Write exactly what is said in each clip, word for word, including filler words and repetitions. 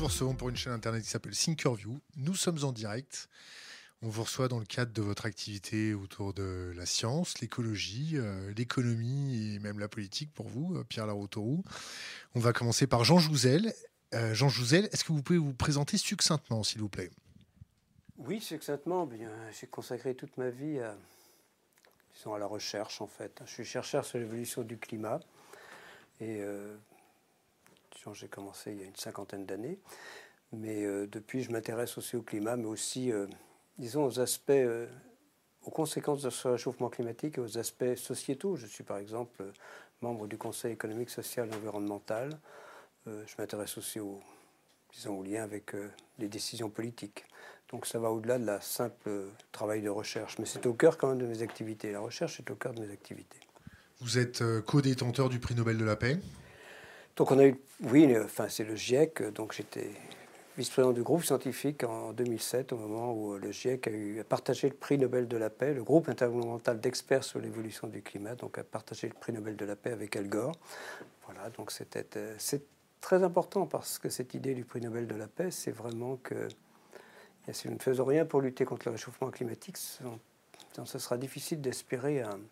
vous recevons pour une chaîne internet qui s'appelle Thinkerview. Nous sommes en direct. On vous reçoit dans le cadre de votre activité autour de la science, l'écologie, euh, l'économie et même la politique pour vous, euh, Pierre Laroutourou. On va commencer par Jean Jouzel. Euh, Jean Jouzel, est-ce que vous pouvez vous présenter succinctement, s'il vous plaît ? Oui, succinctement. Bien, j'ai consacré toute ma vie à, disons, à la recherche, en fait. Je suis chercheur sur l'évolution du climat. Et euh, j'ai commencé il y a une cinquantaine d'années. Mais euh, depuis, je m'intéresse aussi au climat, mais aussi, euh, disons, aux aspects, euh, aux conséquences de ce réchauffement climatique et aux aspects sociétaux. Je suis, par exemple, membre du Conseil économique, social et environnemental. Euh, je m'intéresse aussi au, disons, au lien avec euh, les décisions politiques. Donc ça va au-delà de la simple travail de recherche. Mais c'est au cœur quand même de mes activités. La recherche est au cœur de mes activités. Vous êtes euh, co-détenteur du prix Nobel de la paix. Donc on a eu, oui, enfin c'est le GIEC. Donc j'étais vice-président du groupe scientifique en deux mille sept, au moment où le GIEC a, eu, a partagé le prix Nobel de la paix. Le groupe intergouvernemental d'experts sur l'évolution du climat, donc a partagé le prix Nobel de la paix avec Al Gore. Voilà, donc c'était, c'est très important parce que cette idée du prix Nobel de la paix, c'est vraiment que et si nous ne faisons rien pour lutter contre le réchauffement climatique, ce sera difficile d'espérer un,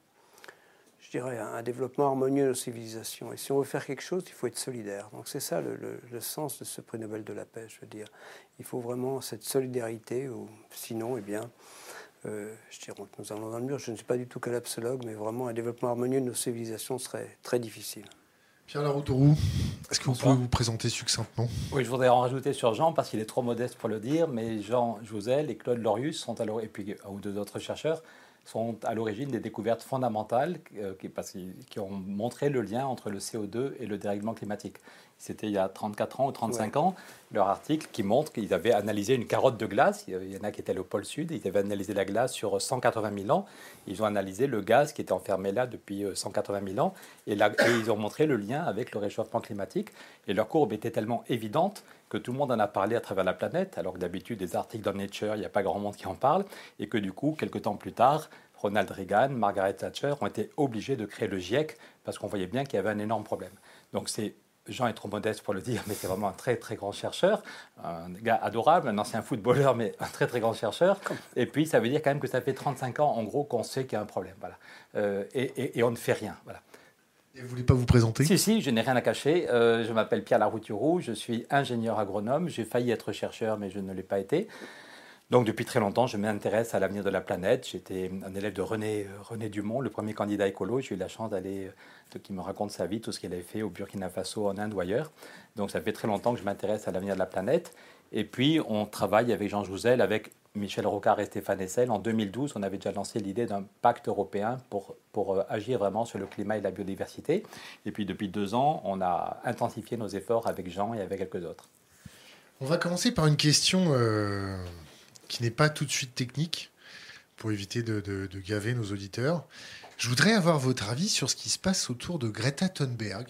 je dirais, un développement harmonieux de nos civilisations. Et si on veut faire quelque chose, il faut être solidaire. Donc c'est ça le, le, le sens de ce prix Nobel de la paix, je veux dire. Il faut vraiment cette solidarité, ou sinon, eh bien, euh, je dirais que nous allons dans le mur. Je ne suis pas du tout collapsologue, mais vraiment un développement harmonieux de nos civilisations serait très difficile. Pierre Laroutourou, est-ce que vous pouvez vous présenter succinctement ? Oui, je voudrais en rajouter sur Jean parce qu'il est trop modeste pour le dire, mais Jean Jouzel et Claude Lorius sont à et puis un ou deux autres chercheurs sont à l'origine des découvertes fondamentales euh, qui, parce qui ont montré le lien entre le C O deux et le dérèglement climatique. C'était il y a trente-quatre ans ou trente-cinq ouais. ans, leur article qui montre qu'ils avaient analysé une carotte de glace. Il y en a qui étaient allés au pôle Sud, ils avaient analysé la glace sur cent quatre-vingt mille ans. Ils ont analysé le gaz qui était enfermé là depuis cent quatre-vingt mille ans. Et, là, et ils ont montré le lien avec le réchauffement climatique. Et leur courbe était tellement évidente que tout le monde en a parlé à travers la planète, alors que d'habitude, des articles dans Nature, il n'y a pas grand monde qui en parle. Et que du coup, quelques temps plus tard, Ronald Reagan, Margaret Thatcher ont été obligés de créer le GIEC parce qu'on voyait bien qu'il y avait un énorme problème. Donc c'est Jean est trop modeste pour le dire, mais c'est vraiment un très très grand chercheur, un gars adorable, un ancien footballeur, mais un très très grand chercheur. Et puis ça veut dire quand même que ça fait trente-cinq ans, en gros, qu'on sait qu'il y a un problème, voilà. Euh, et, et, et on ne fait rien, voilà. Et vous ne voulez pas vous présenter ? Si, si, je n'ai rien à cacher. Euh, je m'appelle Pierre Laroutourou, je suis ingénieur agronome. J'ai failli être chercheur, mais je ne l'ai pas été. Donc depuis très longtemps, je m'intéresse à l'avenir de la planète. J'étais un élève de René, René Dumont, le premier candidat écolo. J'ai eu la chance d'aller, de, qui me raconte sa vie, tout ce qu'elle avait fait au Burkina Faso, en Inde ou ailleurs. Donc ça fait très longtemps que je m'intéresse à l'avenir de la planète. Et puis on travaille avec Jean Jouzel, avec Michel Rocard et Stéphane Hessel. En deux mille douze, on avait déjà lancé l'idée d'un pacte européen pour, pour agir vraiment sur le climat et la biodiversité. Et puis depuis deux ans, on a intensifié nos efforts avec Jean et avec quelques autres. On va commencer par une question... Euh... qui n'est pas tout de suite technique, pour éviter de, de, de gaver nos auditeurs. Je voudrais avoir votre avis sur ce qui se passe autour de Greta Thunberg.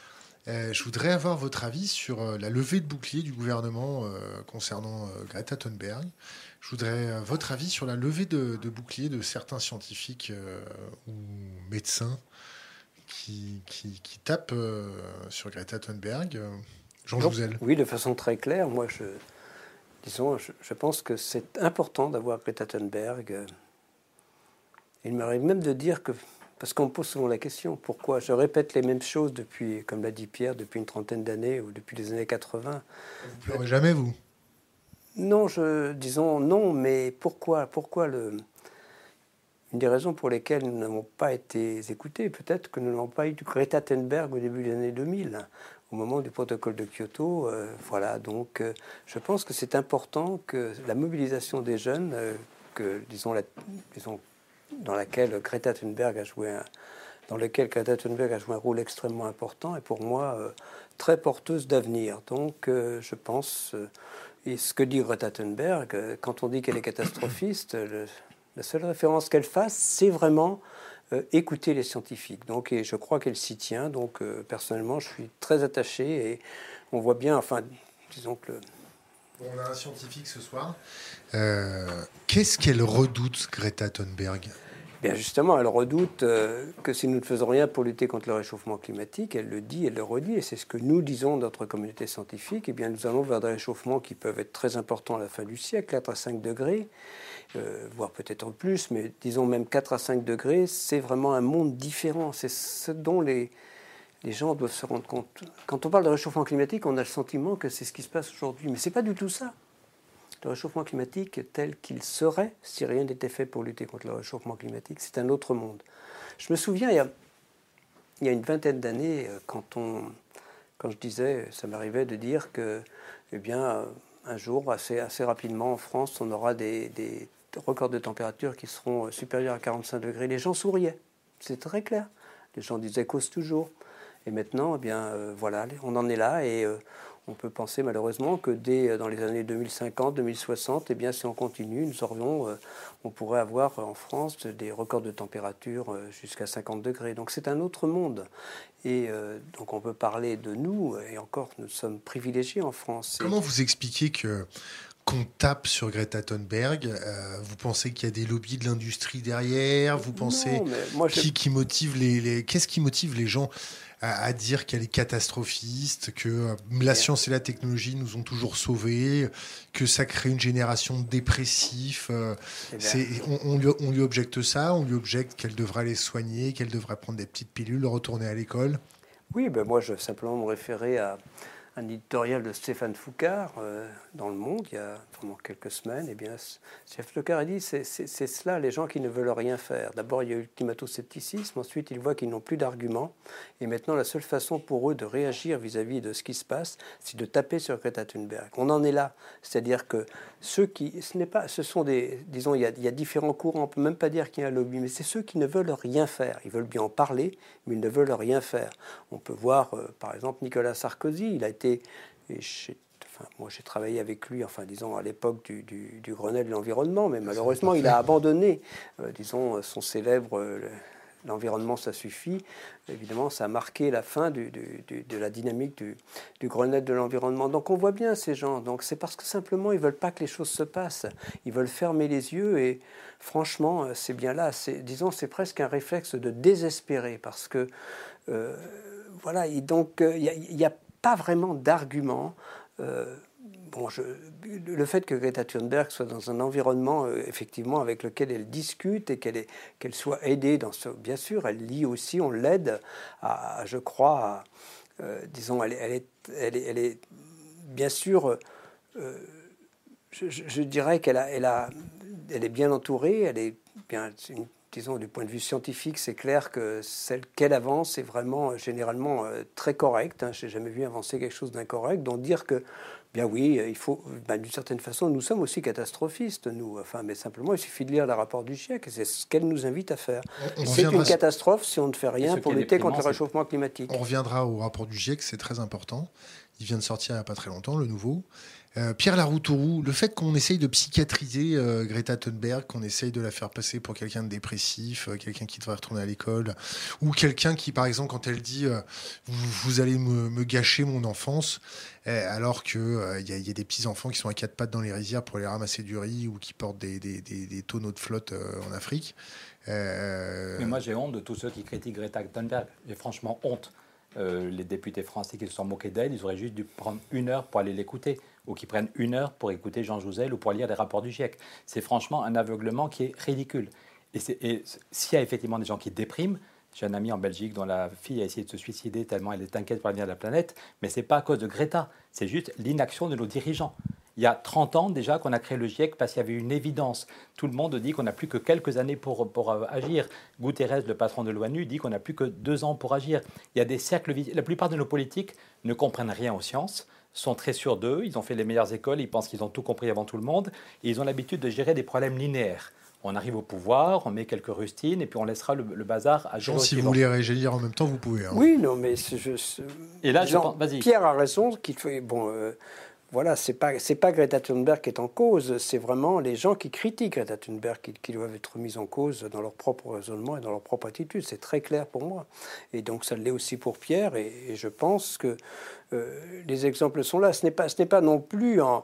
Euh, je voudrais avoir votre avis sur euh, la levée de bouclier du gouvernement euh, concernant euh, Greta Thunberg. Je voudrais euh, votre avis sur la levée de, de bouclier de certains scientifiques euh, ou médecins qui, qui, qui tapent euh, sur Greta Thunberg. Jean Jouzel. Oui, de façon très claire. Moi, je... Disons, je, je pense que c'est important d'avoir Greta Thunberg. Il m'arrive même de dire que, parce qu'on me pose souvent la question, pourquoi je répète les mêmes choses depuis, comme l'a dit Pierre, depuis une trentaine d'années ou depuis les années quatre-vingts. Vous pleurez jamais, vous ? Non, je, disons non, mais pourquoi, pourquoi le... Une des raisons pour lesquelles nous n'avons pas été écoutés, peut-être que nous n'avons pas eu du Greta Thunberg au début des années deux mille. Au moment du protocole de Kyoto, euh, voilà, donc euh, je pense que c'est important que la mobilisation des jeunes, euh, que, disons, la, disons, dans laquelle Greta Thunberg a joué un, dans lequel Greta Thunberg a joué un rôle extrêmement important, et pour moi euh, très porteuse d'avenir. Donc euh, je pense, euh, et ce que dit Greta Thunberg, euh, quand on dit qu'elle est catastrophiste, le, la seule référence qu'elle fasse, c'est vraiment Euh, écouter les scientifiques. Donc, et je crois qu'elle s'y tient. Donc, euh, personnellement, je suis très attaché et on voit bien, enfin, disons que... Le... Bon, on a un scientifique ce soir. Euh, qu'est-ce qu'elle redoute, Greta Thunberg ? Bien justement, elle redoute euh, que si nous ne faisons rien pour lutter contre le réchauffement climatique, elle le dit, elle le redit, et c'est ce que nous disons, notre communauté scientifique, eh bien nous allons vers des réchauffements qui peuvent être très importants à la fin du siècle, quatre à cinq degrés, euh, voire peut-être plus, mais disons même quatre à cinq degrés, c'est vraiment un monde différent. C'est ce dont les, les gens doivent se rendre compte. Quand on parle de réchauffement climatique, on a le sentiment que c'est ce qui se passe aujourd'hui, mais ce n'est pas du tout ça. Le réchauffement climatique tel qu'il serait, si rien n'était fait pour lutter contre le réchauffement climatique, c'est un autre monde. Je me souviens, il y a, il y a une vingtaine d'années, quand, on, quand je disais, ça m'arrivait de dire que, eh bien, un jour, assez, assez rapidement en France, on aura des, des records de température qui seront supérieurs à quarante-cinq degrés. Les gens souriaient, c'est très clair. Les gens disaient cause toujours. Et maintenant, eh bien, euh, voilà, on en est là et euh, on peut penser malheureusement que dès dans les années deux mille cinquante, deux mille soixante, eh bien, si on continue, nous aurions, euh, on pourrait avoir en France des records de température euh, jusqu'à cinquante degrés. Donc c'est un autre monde. Et euh, donc on peut parler de nous, et encore nous sommes privilégiés en France. Comment vous expliquez que qu'on tape sur Greta Thunberg, euh, vous pensez qu'il y a des lobbies de l'industrie derrière, vous pensez non, mais moi, qui, qui motive les, les qu'est-ce qui motive les gens à, à dire qu'elle est catastrophiste, que euh, la science et la technologie nous ont toujours sauvés, que ça crée une génération de dépressifs. Euh, c'est, on, on, lui, on lui objecte ça, on lui objecte qu'elle devrait aller soigner, qu'elle devrait prendre des petites pilules, retourner à l'école. Oui, ben moi je vais simplement me référer à un éditorial de Stéphane Foucard euh, dans Le Monde, il y a vraiment quelques semaines. Eh bien, Stéphane Foucard a dit c'est, c'est, c'est cela, les gens qui ne veulent rien faire. D'abord, il y a eu le climato-scepticisme, ensuite, ils voient qu'ils n'ont plus d'arguments. Et maintenant, la seule façon pour eux de réagir vis-à-vis de ce qui se passe, c'est de taper sur Greta Thunberg. On en est là. C'est-à-dire que ceux qui. Ce n'est pas. Ce sont des. Disons, il y a, il y a différents courants. On ne peut même pas dire qu'il y a un lobby, mais c'est ceux qui ne veulent rien faire. Ils veulent bien en parler, mais ils ne veulent rien faire. On peut voir, euh, par exemple, Nicolas Sarkozy. Il a été. Et j'ai, enfin, moi, j'ai travaillé avec lui, enfin, disons, à l'époque du, du, du Grenelle de l'environnement, mais malheureusement, il a abandonné, euh, disons, son célèbre euh, l'environnement, ça suffit. Évidemment, ça a marqué la fin du, du, du, de la dynamique du, du Grenelle de l'environnement. Donc, on voit bien ces gens. Donc, c'est parce que simplement, ils ne veulent pas que les choses se passent. Ils veulent fermer les yeux et, franchement, c'est bien là. C'est, disons, c'est presque un réflexe de désespérer parce que, euh, voilà, et donc, il euh, n'y a, a pas vraiment d'argument. Euh, bon, je, le fait que Greta Thunberg soit dans un environnement euh, effectivement avec lequel elle discute et qu'elle, est, qu'elle soit aidée dans ce, bien sûr, elle lit aussi, on l'aide à, à je crois, à, euh, disons, elle, elle, est, elle, est, elle est bien sûr, euh, je, je dirais qu'elle a, elle a, elle est bien entourée, elle est bien, une, disons, du point de vue scientifique, c'est clair que celle qu'elle avance est vraiment, généralement, euh, très correcte. Hein. Je n'ai jamais vu avancer quelque chose d'incorrect. Donc dire que, bien oui, il faut, ben, d'une certaine façon, nous sommes aussi catastrophistes, nous. Enfin, mais simplement, il suffit de lire le rapport du GIEC, et c'est ce qu'elle nous invite à faire. On, on c'est une catastrophe si on ne fait rien pour lutter contre le réchauffement climatique. On reviendra au rapport du GIEC, c'est très important. Il vient de sortir il n'y a pas très longtemps, le nouveau. Euh, Pierre Laroutourou, le fait qu'on essaye de psychiatriser euh, Greta Thunberg, qu'on essaye de la faire passer pour quelqu'un de dépressif, euh, quelqu'un qui devrait retourner à l'école, ou quelqu'un qui, par exemple, quand elle dit euh, vous, vous allez me, me gâcher mon enfance, euh, alors qu'il euh, y, y a des petits-enfants qui sont à quatre pattes dans les rizières pour aller ramasser du riz ou qui portent des, des, des, des tonneaux de flotte euh, en Afrique. Euh... Mais moi, j'ai honte de tous ceux qui critiquent Greta Thunberg. J'ai franchement honte. Euh, les députés français qui se sont moqués d'elle, ils auraient juste dû prendre une heure pour aller l'écouter, ou qu'ils prennent une heure pour écouter Jean Jouzel ou pour lire les rapports du GIEC. C'est franchement un aveuglement qui est ridicule. Et, c'est, et s'il y a effectivement des gens qui dépriment, j'ai un ami en Belgique dont la fille a essayé de se suicider tellement elle est inquiète pour l'avenir de la planète, mais ce n'est pas à cause de Greta, c'est juste l'inaction de nos dirigeants. Il y a trente ans déjà qu'on a créé le GIEC parce qu'il y avait une évidence. Tout le monde dit qu'on n'a plus que quelques années pour, pour euh, agir. Guterres, le patron de l'ONU, dit qu'on n'a plus que deux ans pour agir. Il y a des cercles vicieux. La plupart de nos politiques ne comprennent rien aux sciences, sont très sûrs d'eux, ils ont fait les meilleures écoles, ils pensent qu'ils ont tout compris avant tout le monde, et ils ont l'habitude de gérer des problèmes linéaires. On arrive au pouvoir, on met quelques rustines, et puis on laissera le, le bazar à gérer. Si vous voulez réagir en même temps, vous pouvez. Hein. Oui, non, mais c'est, je, c'est... Et là, je pense, vas-y. Pierre a raison qu'il faut... Bon, euh... Voilà, ce n'est pas, c'est pas Greta Thunberg qui est en cause, c'est vraiment les gens qui critiquent Greta Thunberg qui, qui doivent être mis en cause dans leur propre raisonnement et dans leur propre attitude. C'est très clair pour moi. Et donc ça l'est aussi pour Pierre. Et, et je pense que euh, les exemples sont là. Ce n'est pas, ce n'est pas non plus en,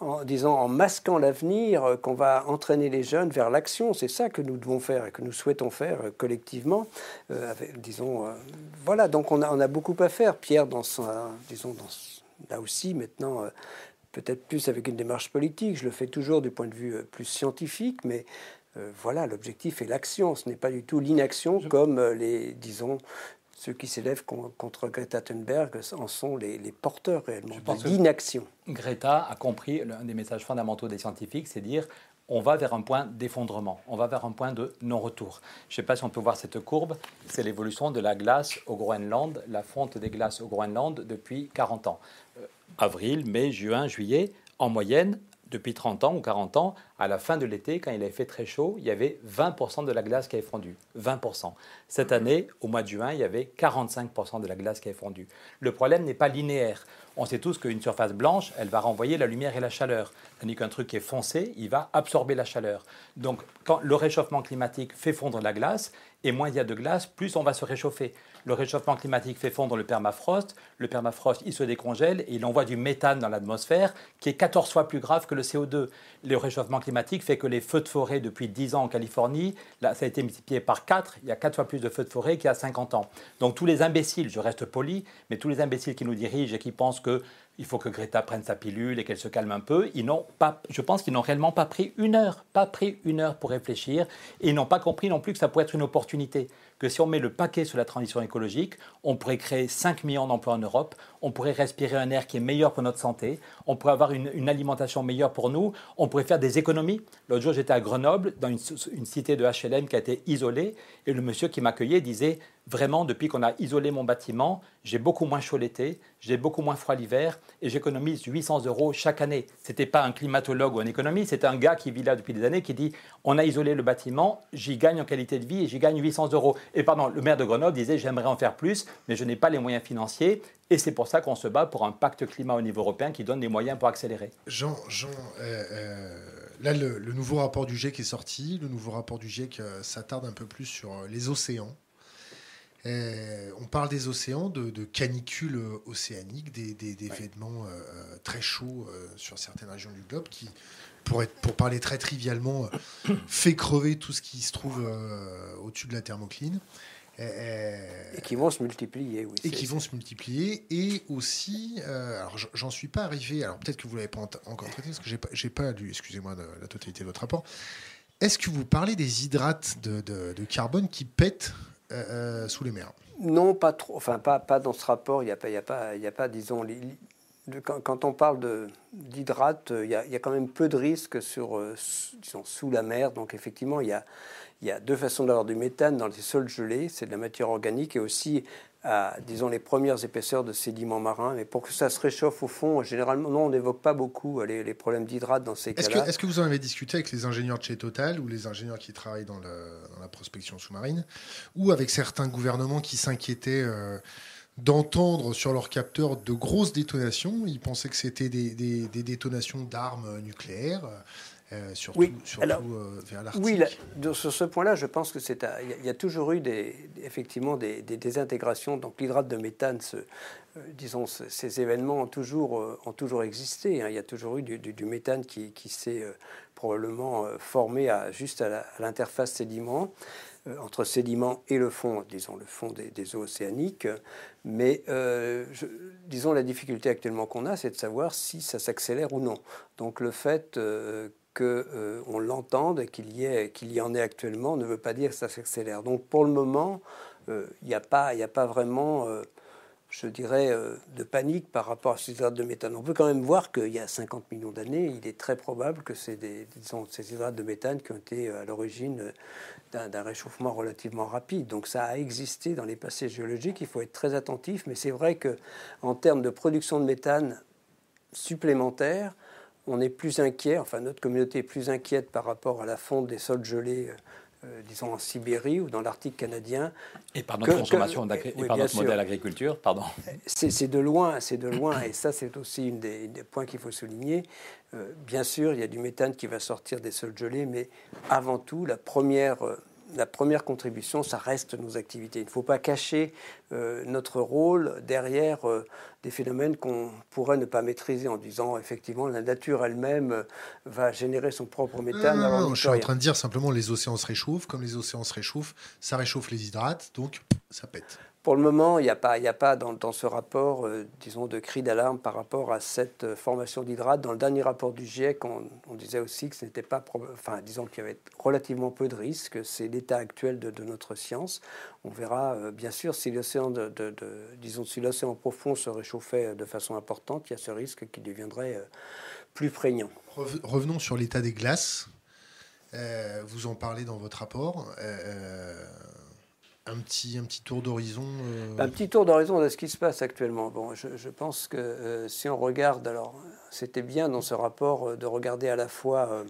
en disant, en masquant l'avenir, qu'on va entraîner les jeunes vers l'action. C'est ça que nous devons faire et que nous souhaitons faire collectivement. Euh, avec, disons, euh, voilà, donc on a, on a beaucoup à faire. Pierre, dans sa, disons, dans, là aussi, maintenant, euh, peut-être plus avec une démarche politique. Je le fais toujours du point de vue plus scientifique, mais euh, voilà, l'objectif est l'action. Ce n'est pas du tout l'inaction Je... comme euh, les, disons, ceux qui s'élèvent contre Greta Thunberg en sont les, les porteurs réellement de l'inaction. Greta a compris l'un des messages fondamentaux des scientifiques, c'est dire on va vers un point d'effondrement, on va vers un point de non-retour. Je ne sais pas si on peut voir cette courbe, c'est l'évolution de la glace au Groenland, la fonte des glaces au Groenland depuis quarante ans. Euh, avril, mai, juin, juillet, en moyenne, depuis trente ans ou quarante ans, à la fin de l'été, quand il avait fait très chaud, il y avait vingt pour cent de la glace qui avait fondu. vingt pour cent. Cette année, au mois de juin, il y avait quarante-cinq pour cent de la glace qui avait fondu. Le problème n'est pas linéaire. On sait tous qu'une surface blanche, elle va renvoyer la lumière et la chaleur. Tandis qu'un truc qui est foncé, il va absorber la chaleur. Donc, quand le réchauffement climatique fait fondre la glace, et moins il y a de glace, plus on va se réchauffer. Le réchauffement climatique fait fondre le permafrost. Le permafrost, il se décongèle et il envoie du méthane dans l'atmosphère, qui est quatorze fois plus grave que le C O deux. Le réchauffement climatique fait que les feux de forêt depuis dix ans en Californie, là, ça a été multiplié par quatre. Il y a quatre fois plus de feux de forêt qu'il y a cinquante ans. Donc tous les imbéciles, je reste poli, mais tous les imbéciles qui nous dirigent et qui pensent que il faut que Greta prenne sa pilule et qu'elle se calme un peu. Ils n'ont pas, je pense qu'ils n'ont réellement pas pris une heure, pas pris une heure pour réfléchir, et ils n'ont pas compris non plus que ça pourrait être une opportunité. Que si on met le paquet sur la transition écologique, on pourrait créer cinq millions d'emplois en Europe, on pourrait respirer un air qui est meilleur pour notre santé, on pourrait avoir une, une alimentation meilleure pour nous, on pourrait faire des économies. L'autre jour, j'étais à Grenoble, dans une, une cité de H L M qui a été isolée, et le monsieur qui m'accueillait disait « Vraiment, depuis qu'on a isolé mon bâtiment, j'ai beaucoup moins chaud l'été, j'ai beaucoup moins froid l'hiver, et j'économise huit cents euros chaque année. » Ce n'était pas un climatologue ou un économiste, c'était un gars qui vit là depuis des années qui dit « On a isolé le bâtiment, j'y gagne en qualité de vie et j'y gagne huit cents euros. » Et pardon, le maire de Grenoble disait « J'aimerais en faire plus, mais je n'ai pas les moyens financiers. » Et c'est pour ça qu'on se bat pour un pacte climat au niveau européen qui donne les moyens pour accélérer. Jean, Jean euh, euh, là, le, le nouveau rapport du GIEC est sorti. Le nouveau rapport du GIEC euh, s'attarde un peu plus sur euh, les océans. Euh, on parle des océans, de, de canicules océaniques, des, des, des ouais. événements euh, très chauds euh, sur certaines régions du globe qui, pour, être, pour parler très trivialement, euh, fait crever tout ce qui se trouve euh, au-dessus de la thermocline. Euh, et qui vont se multiplier, oui. Et qui vont se multiplier. Et aussi, euh, alors j'en suis pas arrivé, alors peut-être que vous ne l'avez pas encore traité, parce que je n'ai pas, j'ai pas lu, excusez-moi, de, la totalité de votre rapport. Est-ce que vous parlez des hydrates de, de, de carbone qui pètent euh, sous les mers? Non, pas trop. Enfin, pas, pas dans ce rapport. Il n'y a, a, a pas, disons, les, de, quand, quand on parle de, d'hydrates, il y, a, il y a quand même peu de risques sur, euh, disons, sous la mer. Donc, effectivement, il y a, il y a deux façons d'avoir du méthane dans les sols gelés. C'est de la matière organique et aussi à, disons, les premières épaisseurs de sédiments marins. Mais pour que ça se réchauffe au fond, généralement, non, on n'évoque pas beaucoup les, les problèmes d'hydrates dans ces est-ce cas-là. Que, est-ce que vous en avez discuté avec les ingénieurs de chez Total ou les ingénieurs qui travaillent dans, le, dans la prospection sous-marine ou avec certains gouvernements qui s'inquiétaient euh, d'entendre sur leurs capteurs de grosses détonations? Ils pensaient que c'était des, des, des détonations d'armes nucléaires. Euh, surtout, oui, surtout alors, euh, vers l'Arctique. Oui, là, sur ce point-là, je pense que c'est il y, y a toujours eu des, effectivement des, des désintégrations. Donc l'hydrate de méthane, ce, euh, disons, ce, ces événements ont toujours, euh, ont toujours existé. Hein. Il y a toujours eu du, du, du méthane qui, qui s'est euh, probablement euh, formé à, juste à, la, à l'interface sédiment, euh, entre sédiments et le fond, disons le fond des, des eaux océaniques. Mais euh, je, disons la difficulté actuellement qu'on a, c'est de savoir si ça s'accélère ou non. Donc le fait euh, qu'on euh, l'entende et qu'il y, ait, qu'il y en ait actuellement ne veut pas dire que ça s'accélère. Donc pour le moment, il euh, n'y a, a pas vraiment, euh, je dirais, euh, de panique par rapport à ces hydrates de méthane. On peut quand même voir qu'il y a cinquante millions d'années, il est très probable que c'est des, disons, ces hydrates de méthane qui ont été à l'origine d'un, d'un réchauffement relativement rapide. Donc ça a existé dans les passés géologiques, il faut être très attentif, mais c'est vrai qu'en termes de production de méthane supplémentaire, on est plus inquiet, enfin notre communauté est plus inquiète par rapport à la fonte des sols gelés, euh, disons en Sibérie ou dans l'Arctique canadien. Et par notre que, consommation, que, et oui, par notre sûr. modèle agriculture, pardon. C'est, c'est de loin, c'est de loin, et ça c'est aussi une des, des points qu'il faut souligner. Euh, bien sûr, il y a du méthane qui va sortir des sols gelés, mais avant tout, la première, euh, la première contribution, ça reste nos activités. Il ne faut pas cacher euh, notre rôle derrière euh, des phénomènes qu'on pourrait ne pas maîtriser en disant effectivement la nature elle-même euh, va générer son propre méthane. Non, non, alors non, je suis en train de dire simplement les océans se réchauffent. Comme les océans se réchauffent, ça réchauffe les hydrates, donc ça pète. Pour le moment, il n'y a pas, il n'y a pas dans, dans ce rapport, euh, disons, de cri d'alarme par rapport à cette euh, formation d'hydrates. Dans le dernier rapport du GIEC, on, on disait aussi que ce n'était pas, enfin, disons qu'il y avait relativement peu de risques. C'est l'état actuel de, de notre science. On verra, euh, bien sûr, si l'océan, de, de, de, disons, si l'océan profond se réchauffait de façon importante, il y a ce risque qui deviendrait euh, plus prégnant. Revenons sur l'état des glaces. Euh, vous en parlez dans votre rapport. Euh, Un petit, un petit tour d'horizon euh... Un petit tour d'horizon de ce qui se passe actuellement. Bon, je, je pense que euh, si on regarde, alors c'était bien dans ce rapport euh, de regarder à la fois euh,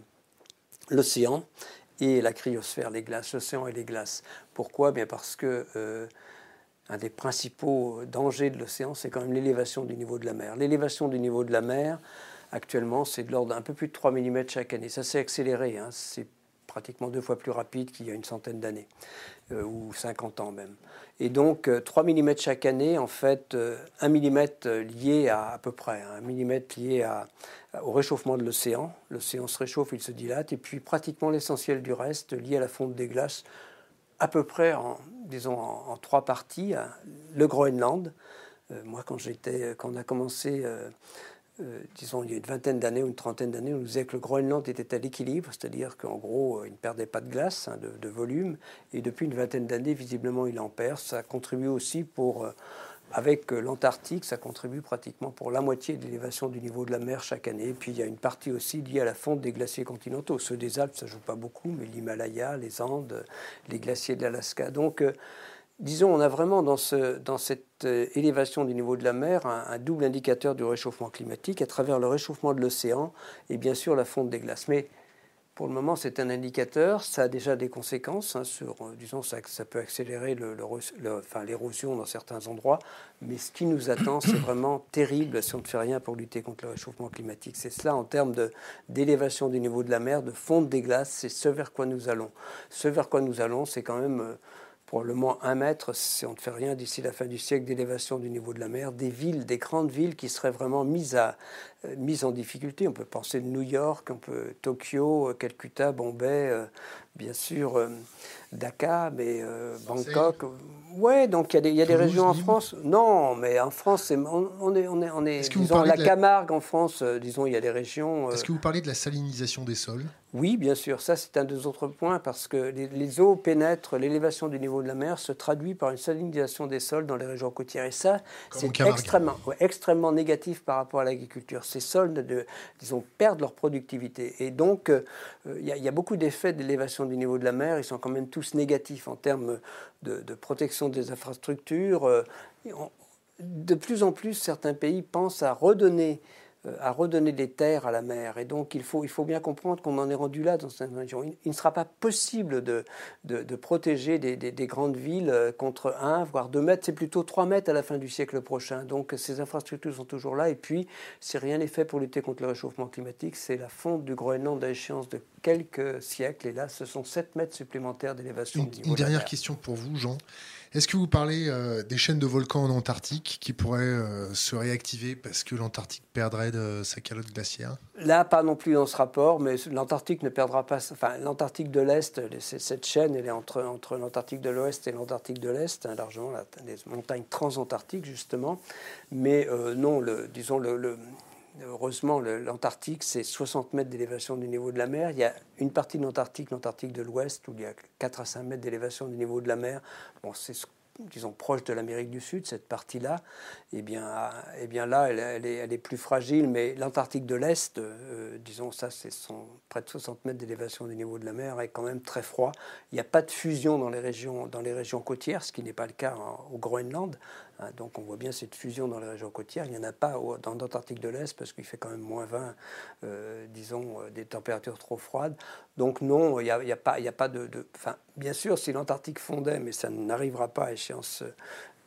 l'océan et la cryosphère, les glaces, l'océan et les glaces. Pourquoi ? Bien parce que euh, un des principaux dangers de l'océan, c'est quand même l'élévation du niveau de la mer. L'élévation du niveau de la mer, actuellement, c'est de l'ordre d'un peu plus de trois millimètres chaque année. Ça s'est accéléré, hein, c'est pratiquement deux fois plus rapide qu'il y a une centaine d'années, euh, ou cinquante ans même. Et donc, euh, trois millimètres chaque année, en fait, euh, un millimètre lié à à peu près, un millimètre lié à, à, au réchauffement de l'océan. L'océan se réchauffe, il se dilate, et puis pratiquement l'essentiel du reste lié à la fonte des glaces, à peu près, en, disons, en, en trois parties. Hein. Le Groenland, euh, moi, quand, j'étais, quand on a commencé... Euh, Euh, disons, il y a une vingtaine d'années ou une trentaine d'années, on nous disait que le Groenland était à l'équilibre, c'est-à-dire qu'en gros, il ne perdait pas de glace, hein, de, de volume. Et depuis une vingtaine d'années, visiblement, il en perd. Ça contribue aussi pour, euh, avec l'Antarctique, ça contribue pratiquement pour la moitié de l'élévation du niveau de la mer chaque année. Et puis, il y a une partie aussi liée à la fonte des glaciers continentaux. Ceux des Alpes, ça ne joue pas beaucoup, mais l'Himalaya, les Andes, les glaciers de l'Alaska. Donc, euh, disons, on a vraiment dans, ce, dans cette euh, élévation du niveau de la mer un, un double indicateur du réchauffement climatique à travers le réchauffement de l'océan et bien sûr la fonte des glaces. Mais pour le moment, c'est un indicateur, ça a déjà des conséquences. Hein, sur, euh, disons, ça, ça peut accélérer le, le, le, enfin, l'érosion dans certains endroits. Mais ce qui nous attend, c'est vraiment terrible si on ne fait rien pour lutter contre le réchauffement climatique. C'est cela en termes de, d'élévation du niveau de la mer, de fonte des glaces, c'est ce vers quoi nous allons. Ce vers quoi nous allons, c'est quand même... Euh, probablement un mètre, si on ne fait rien d'ici la fin du siècle, d'élévation du niveau de la mer, des villes, des grandes villes qui seraient vraiment mises, à, euh, mises en difficulté. On peut penser de New York, on peut Tokyo, Calcutta, Bombay, euh, bien sûr euh, Dhaka, mais euh, Bangkok. Ouais, donc il y a des, il y a des régions en France. Non, mais en France, c'est, on, on est, on est, on est, Est-ce que disons, la, la Camargue en France, euh, disons, il y a des régions. Euh... Est-ce que vous parlez de la salinisation des sols ? Oui, bien sûr. Ça, c'est un des autres points parce que les, les eaux pénètrent, l'élévation du niveau de la mer se traduit par une salinisation des sols dans les régions côtières. Et ça, Comme c'est extrêmement, ouais, extrêmement négatif par rapport à l'agriculture. Ces sols, de, disons, perdent leur productivité. Et donc, il euh, y, y a beaucoup d'effets d'élévation du niveau de la mer. Ils sont quand même tous négatifs en termes de, de protection des infrastructures. Euh, on, de plus en plus, certains pays pensent à redonner à redonner des terres à la mer. Et donc, il faut, il faut bien comprendre qu'on en est rendu là dans cette région. Il, il ne sera pas possible de, de, de protéger des, des, des grandes villes contre un, voire deux mètres. C'est plutôt trois mètres à la fin du siècle prochain. Donc, ces infrastructures sont toujours là. Et puis, si rien n'est fait pour lutter contre le réchauffement climatique, c'est la fonte du Groenland à échéance de quelques siècles. Et là, ce sont sept mètres supplémentaires d'élévation. Une, du niveau une dernière question pour vous, Jean. Est-ce que vous parlez euh, des chaînes de volcans en Antarctique qui pourraient euh, se réactiver parce que l'Antarctique perdrait de sa calotte glaciaire ? Là, pas non plus dans ce rapport, mais l'Antarctique ne perdra pas... Enfin, l'Antarctique de l'Est, cette chaîne, elle est entre, entre l'Antarctique de l'Ouest et l'Antarctique de l'Est, hein, largement, la, les montagnes transantarctiques, justement. Mais euh, non, le, disons, le... le heureusement, l'Antarctique, c'est soixante mètres d'élévation du niveau de la mer. Il y a une partie de l'Antarctique, l'Antarctique de l'Ouest, où il y a quatre à cinq mètres d'élévation du niveau de la mer. Bon, c'est, disons, proche de l'Amérique du Sud, cette partie-là. Eh bien, eh bien là, elle, elle, est, elle est plus fragile, mais l'Antarctique de l'Est, euh, disons, ça, c'est son, près de soixante mètres d'élévation du niveau de la mer, est quand même très froid. Il n'y a pas de fusion dans les régions, dans les régions côtières, ce qui n'est pas le cas en, au Groenland. Donc on voit bien cette fusion dans les régions côtières. Il n'y en a pas dans l'Antarctique de l'Est parce qu'il fait quand même moins vingt, euh, disons, euh, des températures trop froides. Donc non, il n'y a, a, a pas de... de enfin, bien sûr, si l'Antarctique fondait, mais ça n'arrivera pas à échéance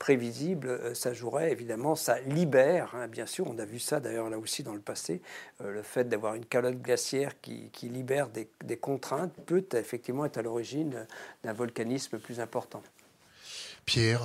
prévisible, euh, ça jouerait évidemment, ça libère, hein, bien sûr, on a vu ça d'ailleurs là aussi dans le passé, euh, le fait d'avoir une calotte glaciaire qui, qui libère des, des contraintes peut effectivement être à l'origine d'un volcanisme plus important. Pierre,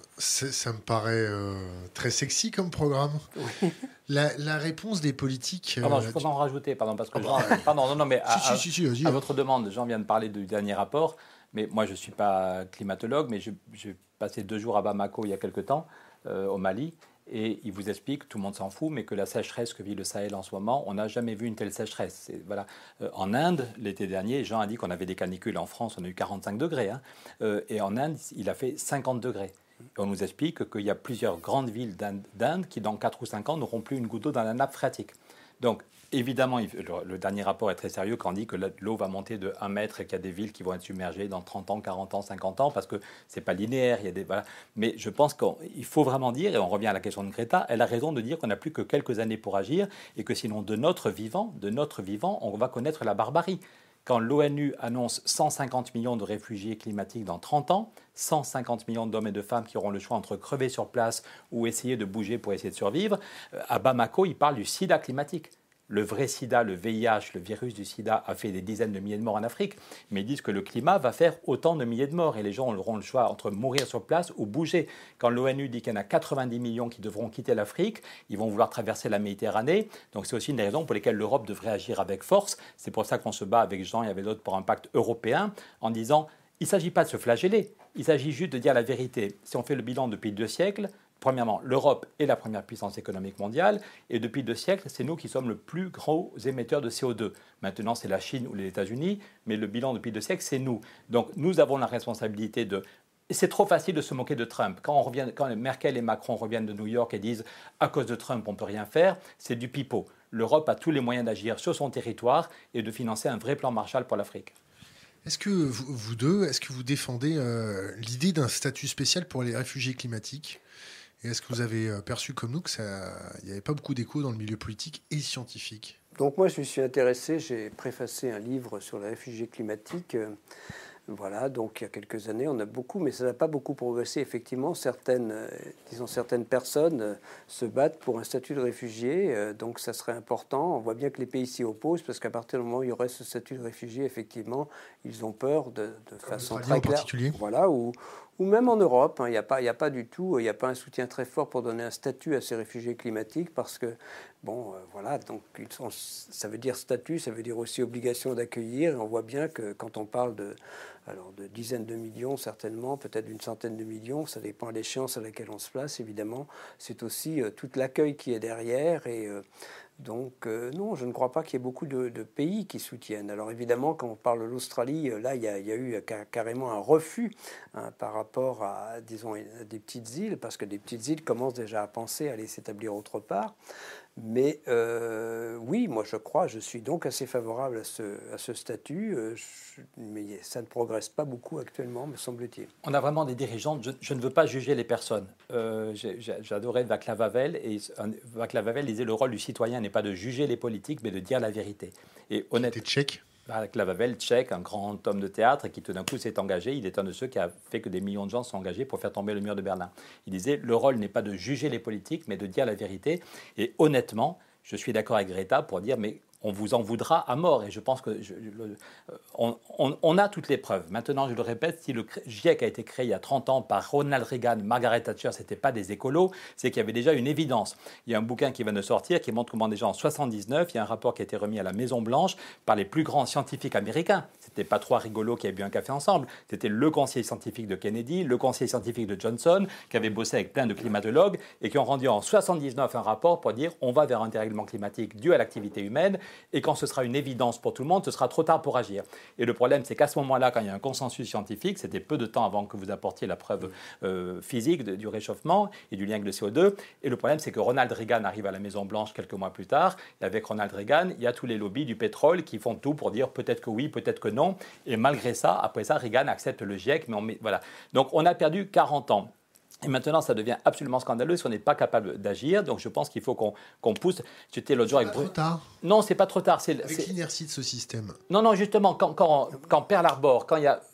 ça me paraît euh, très sexy comme programme. Oui. La, la réponse des politiques... Euh, pardon, je peux tu... en rajouter, pardon, parce que Jean, pardon, non, non, mais à, si, si, si, si, à, à votre demande, Jean vient de parler du dernier rapport, mais moi je ne suis pas climatologue, mais j'ai passé deux jours à Bamako il y a quelque temps, euh, au Mali, et il vous explique, tout le monde s'en fout, mais que la sécheresse que vit le Sahel en ce moment, on n'a jamais vu une telle sécheresse. Voilà. Euh, en Inde, l'été dernier, Jean a dit qu'on avait des canicules. En France, on a eu quarante-cinq degrés. Hein, euh, et en Inde, il a fait cinquante degrés. Et on nous explique qu'il y a plusieurs grandes villes d'Inde qui, dans quatre ou cinq ans, n'auront plus une goutte d'eau dans la nappe phréatique. Donc, évidemment, le, le dernier rapport est très sérieux quand on dit que l'eau va monter de un mètre et qu'il y a des villes qui vont être submergées dans trente ans, quarante ans, cinquante ans, parce que ce n'est pas linéaire. Il y a des, voilà. Mais je pense qu'il faut vraiment dire, et on revient à la question de Greta, elle a raison de dire qu'on n'a plus que quelques années pour agir et que sinon, de notre vivant, de notre vivant, on va connaître la barbarie. Quand l'ONU annonce cent cinquante millions de réfugiés climatiques dans trente ans, cent cinquante millions d'hommes et de femmes qui auront le choix entre crever sur place ou essayer de bouger pour essayer de survivre, à Bamako, ils parlent du sida climatique. Le vrai sida, le V I H, le virus du sida a fait des dizaines de milliers de morts en Afrique, mais ils disent que le climat va faire autant de milliers de morts et les gens auront le choix entre mourir sur place ou bouger. Quand l'ONU dit qu'il y en a quatre-vingt-dix millions qui devront quitter l'Afrique, ils vont vouloir traverser la Méditerranée. Donc c'est aussi une des raisons pour lesquelles l'Europe devrait agir avec force. C'est pour ça qu'on se bat avec Jean et avec d'autres pour un pacte européen en disant il ne s'agit pas de se flageller, il s'agit juste de dire la vérité. Si on fait le bilan depuis deux siècles, premièrement, l'Europe est la première puissance économique mondiale et depuis deux siècles, c'est nous qui sommes le plus gros émetteur de C O deux. Maintenant, c'est la Chine ou les États-Unis, mais le bilan depuis deux siècles, c'est nous. Donc, nous avons la responsabilité de... C'est trop facile de se moquer de Trump. Quand, on revient, quand Merkel et Macron reviennent de New York et disent « à cause de Trump, on ne peut rien faire », c'est du pipeau. L'Europe a tous les moyens d'agir sur son territoire et de financer un vrai plan Marshall pour l'Afrique. Est-ce que vous, vous deux, est-ce que vous défendez euh, l'idée d'un statut spécial pour les réfugiés climatiques ? Et est-ce que vous avez perçu comme nous qu'il n'y avait pas beaucoup d'écho dans le milieu politique et scientifique ? Donc moi, je me suis intéressé, j'ai préfacé un livre sur les réfugiés climatiques. Euh, voilà, donc il y a quelques années, on a beaucoup, mais ça n'a pas beaucoup progressé. Effectivement, certaines, euh, disons, certaines personnes euh, se battent pour un statut de réfugié, euh, donc ça serait important. On voit bien que les pays s'y opposent, parce qu'à partir du moment où il y aurait ce statut de réfugié, effectivement, ils ont peur de, de façon très claire. Voilà, ou ou même en Europe, il hein, n'y a pas, il n'y a pas du tout, il n'y a pas un soutien très fort pour donner un statut à ces réfugiés climatiques parce que, bon, euh, voilà, donc ils sont, ça veut dire statut, ça veut dire aussi obligation d'accueillir. On voit bien que quand on parle de, alors de dizaines de millions, certainement, peut-être d'une centaine de millions, ça dépend de l'échéance à laquelle on se place, évidemment. C'est aussi euh, tout l'accueil qui est derrière et euh, donc, euh, non, je ne crois pas qu'il y ait beaucoup de, de pays qui soutiennent. Alors, évidemment, quand on parle de l'Australie, là, il y, a, il y a eu carrément un refus hein, par rapport à, disons, à des petites îles, parce que des petites îles commencent déjà à penser à aller s'établir autre part. Mais euh, oui, moi, je crois, je suis donc assez favorable à ce, à ce statut, euh, je, mais ça ne progresse pas beaucoup actuellement, me semble-t-il. On a vraiment des dirigeants, je, je ne veux pas juger les personnes. Euh, J'adorais Václav Havel, et Václav Havel disait le rôle du citoyen n'est pas de juger les politiques, mais de dire la vérité. Et honnêtement, C'était tchèque. Václav Havel, tchèque, un grand homme de théâtre, qui tout d'un coup s'est engagé. Il est un de ceux qui a fait que des millions de gens sont engagés pour faire tomber le mur de Berlin. Il disait le rôle n'est pas de juger les politiques, mais de dire la vérité. Et honnêtement, je suis d'accord avec Greta pour dire mais on vous en voudra à mort. Et je pense que je, le, on, on, on a toutes les preuves. Maintenant, je le répète, si le GIEC a été créé il y a trente ans par Ronald Reagan, Margaret Thatcher, ce n'était pas des écolos, c'est qu'il y avait déjà une évidence. Il y a un bouquin qui vient de sortir qui montre comment déjà en soixante-dix-neuf, il y a un rapport qui a été remis à la Maison-Blanche par les plus grands scientifiques américains. Ce n'était pas trois rigolos qui avaient bu un café ensemble. C'était le conseiller scientifique de Kennedy, le conseiller scientifique de Johnson, qui avait bossé avec plein de climatologues et qui ont rendu en soixante-dix-neuf un rapport pour dire on va vers un dérèglement climatique dû à l'activité humaine. Et quand ce sera une évidence pour tout le monde, ce sera trop tard pour agir. Et le problème, c'est qu'à ce moment-là, quand il y a un consensus scientifique, c'était peu de temps avant que vous apportiez la preuve euh, physique de, du réchauffement et du lien avec le C O deux. Et le problème, c'est que Ronald Reagan arrive à la Maison-Blanche quelques mois plus tard. Et avec Ronald Reagan, il y a tous les lobbies du pétrole qui font tout pour dire peut-être que oui, peut-être que non. Et malgré ça, après ça, Reagan accepte le GIEC. Mais on met, voilà. Donc on a perdu quarante ans. Et maintenant, ça devient absolument scandaleux si on n'est pas capable d'agir. Donc, je pense qu'il faut qu'on qu'on pousse. J'étais l'autre jour avec... C'est pas trop tard. Non, c'est pas trop tard. Avec l'inertie de ce système. Non, non, justement, quand, quand, quand Pearl Harbor, quand il y a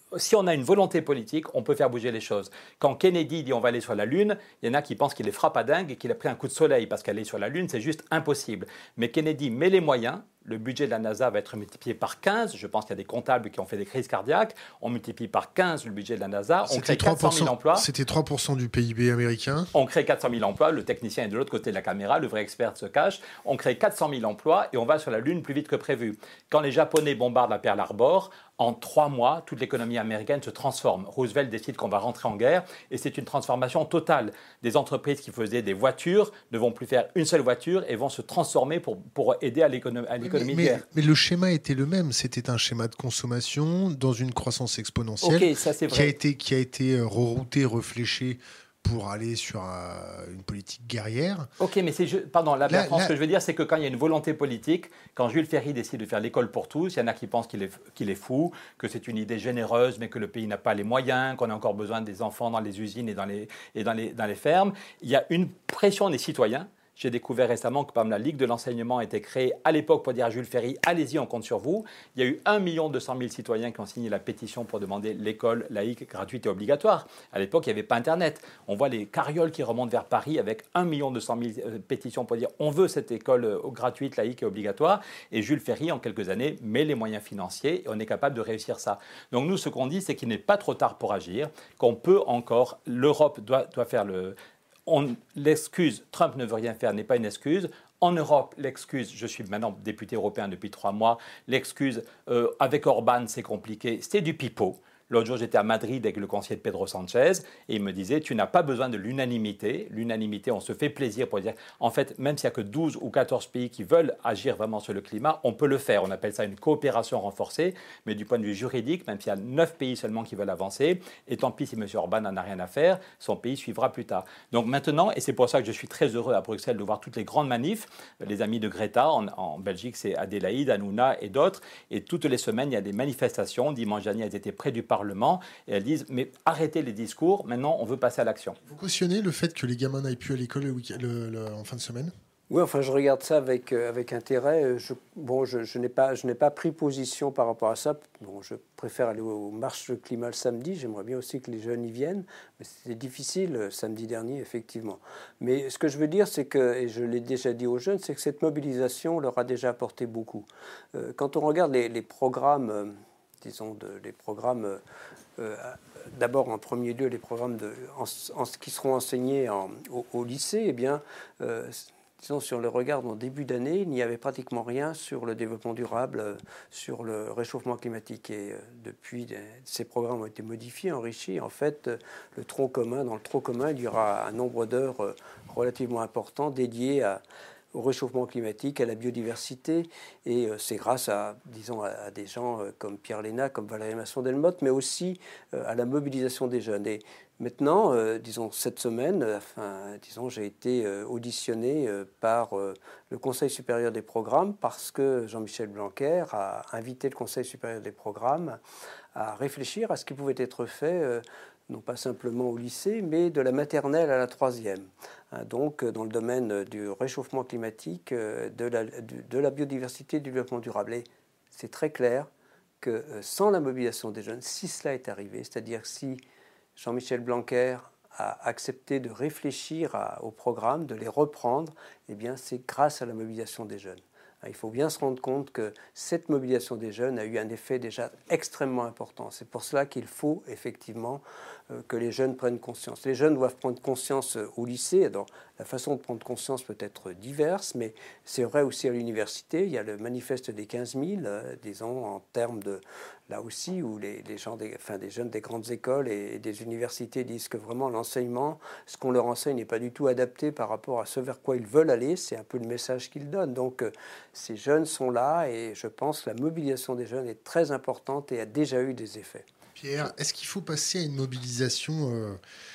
si on a une volonté politique, on peut faire bouger les choses. Quand Kennedy dit on va aller sur la Lune, il y en a qui pensent qu'il est frappadingue et qu'il a pris un coup de soleil parce qu'aller sur la Lune, c'est juste impossible. Mais Kennedy met les moyens. Le budget de la NASA va être multiplié par quinze. Je pense qu'il y a des comptables qui ont fait des crises cardiaques. On multiplie par quinze le budget de la NASA. On crée quatre cent mille emplois. C'était trois pour cent du P I B américain. On crée quatre cent mille emplois. Le technicien est de l'autre côté de la caméra. Le vrai expert se cache. On crée quatre cent mille emplois et on va sur la Lune plus vite que prévu. Quand les Japonais bombardent la Pearl Harbor, en trois mois, toute l'économie américaine se transforme. Roosevelt décide qu'on va rentrer en guerre et c'est une transformation totale. Des entreprises qui faisaient des voitures ne vont plus faire une seule voiture et vont se transformer pour, pour aider à l'économie, à l'économie mais, de guerre. Mais, mais le schéma était le même. C'était un schéma de consommation dans une croissance exponentielle okay, ça, c'est vrai. Qui, a été, qui a été rerouté, réfléchi pour aller sur un, une politique guerrière. Ok, mais c'est... Je, pardon, là, là, France, là, ce que je veux dire, c'est que quand il y a une volonté politique, quand Jules Ferry décide de faire l'école pour tous, il y en a qui pensent qu'il est, qu'il est fou, que c'est une idée généreuse, mais que le pays n'a pas les moyens, qu'on a encore besoin des enfants dans les usines et dans les, et dans les, dans les fermes. Il y a une pression des citoyens. J'ai découvert récemment que par exemple, la Ligue de l'enseignement a été créée à l'époque pour dire à Jules Ferry, allez-y, on compte sur vous. Il y a eu un million deux cent mille citoyens qui ont signé la pétition pour demander l'école laïque, gratuite et obligatoire. À l'époque, il n'y avait pas Internet. On voit les carrioles qui remontent vers Paris avec un million deux cent mille pétitions pour dire on veut cette école gratuite, laïque et obligatoire. Et Jules Ferry, en quelques années, met les moyens financiers et on est capable de réussir ça. Donc nous, ce qu'on dit, c'est qu'il n'est pas trop tard pour agir, qu'on peut encore, l'Europe doit, doit faire le... On, l'excuse « Trump ne veut rien faire » n'est pas une excuse. En Europe, l'excuse, je suis maintenant député européen depuis trois mois, l'excuse euh, avec Orban, c'est compliqué, c'est du pipeau. L'autre jour, j'étais à Madrid avec le conseiller de Pedro Sanchez et il me disait, tu n'as pas besoin de l'unanimité. L'unanimité, on se fait plaisir pour dire, en fait, même s'il n'y a que douze ou quatorze pays qui veulent agir vraiment sur le climat, on peut le faire. On appelle ça une coopération renforcée, mais du point de vue juridique, même s'il y a neuf pays seulement qui veulent avancer, et tant pis si M. Orban n'en a rien à faire, son pays suivra plus tard. Donc maintenant, et c'est pour ça que je suis très heureux à Bruxelles de voir toutes les grandes manifs, les amis de Greta, en, en Belgique, c'est Adélaïde, Hanouna et d'autres, et toutes les semaines, il y a des manifestations. Dimanche dernier, elles étaient près du Parlement. Et elles disent, mais arrêtez les discours, maintenant on veut passer à l'action. Vous cautionnez le fait que les gamins n'aillent plus à l'école le week- le, le, en fin de semaine ? Oui, enfin, je regarde ça avec, euh, avec intérêt. Je, bon, je, je n'ai pas, je n'ai pas pris position par rapport à ça. Bon, je préfère aller aux, aux marches de climat le samedi. J'aimerais bien aussi que les jeunes y viennent. Mais c'était difficile euh, samedi dernier, effectivement. Mais ce que je veux dire, c'est que, et je l'ai déjà dit aux jeunes, c'est que cette mobilisation leur a déjà apporté beaucoup. Euh, quand on regarde les, les programmes, euh, disons, de, les programmes... Euh, euh, D'abord, en premier lieu, les programmes de, en, en, qui seront enseignés en, au, au lycée, eh bien... Euh, disons, sur le regard en début d'année, il n'y avait pratiquement rien sur le développement durable, euh, sur le réchauffement climatique. Et euh, depuis, euh, ces programmes ont été modifiés, enrichis. En fait, euh, le tronc commun, dans le tronc commun, il y aura un nombre d'heures euh, relativement important dédiées à, au réchauffement climatique, à la biodiversité. Et euh, c'est grâce à, disons, à, à des gens euh, comme Pierre Léna, comme Valérie Masson-Delmotte, mais aussi euh, à la mobilisation des jeunes. Et maintenant, euh, disons, cette semaine, euh, enfin, disons, j'ai été euh, auditionné euh, par euh, le Conseil supérieur des programmes parce que Jean-Michel Blanquer a invité le Conseil supérieur des programmes à réfléchir à ce qui pouvait être fait, euh, non pas simplement au lycée, mais de la maternelle à la troisième. Hein, donc, dans le domaine du réchauffement climatique, euh, de, la, de la biodiversité et du développement durable. Et c'est très clair que euh, sans la mobilisation des jeunes, si cela est arrivé, c'est-à-dire si Jean-Michel Blanquer a accepté de réfléchir à, aux programmes, de les reprendre, eh bien, c'est grâce à la mobilisation des jeunes. Il faut bien se rendre compte que cette mobilisation des jeunes a eu un effet déjà extrêmement important. C'est pour cela qu'il faut effectivement euh, que les jeunes prennent conscience. Les jeunes doivent prendre conscience au lycée. Alors, la façon de prendre conscience peut être diverse, mais c'est vrai aussi à l'université. Il y a le manifeste des quinze mille, euh, disons, en termes de... Là aussi, où les, les, gens des, enfin, des jeunes des grandes écoles et, et des universités disent que vraiment l'enseignement, ce qu'on leur enseigne n'est pas du tout adapté par rapport à ce vers quoi ils veulent aller. C'est un peu le message qu'ils donnent. Donc, euh, ces jeunes sont là et je pense que la mobilisation des jeunes est très importante et a déjà eu des effets. Pierre, est-ce qu'il faut passer à une mobilisation euh,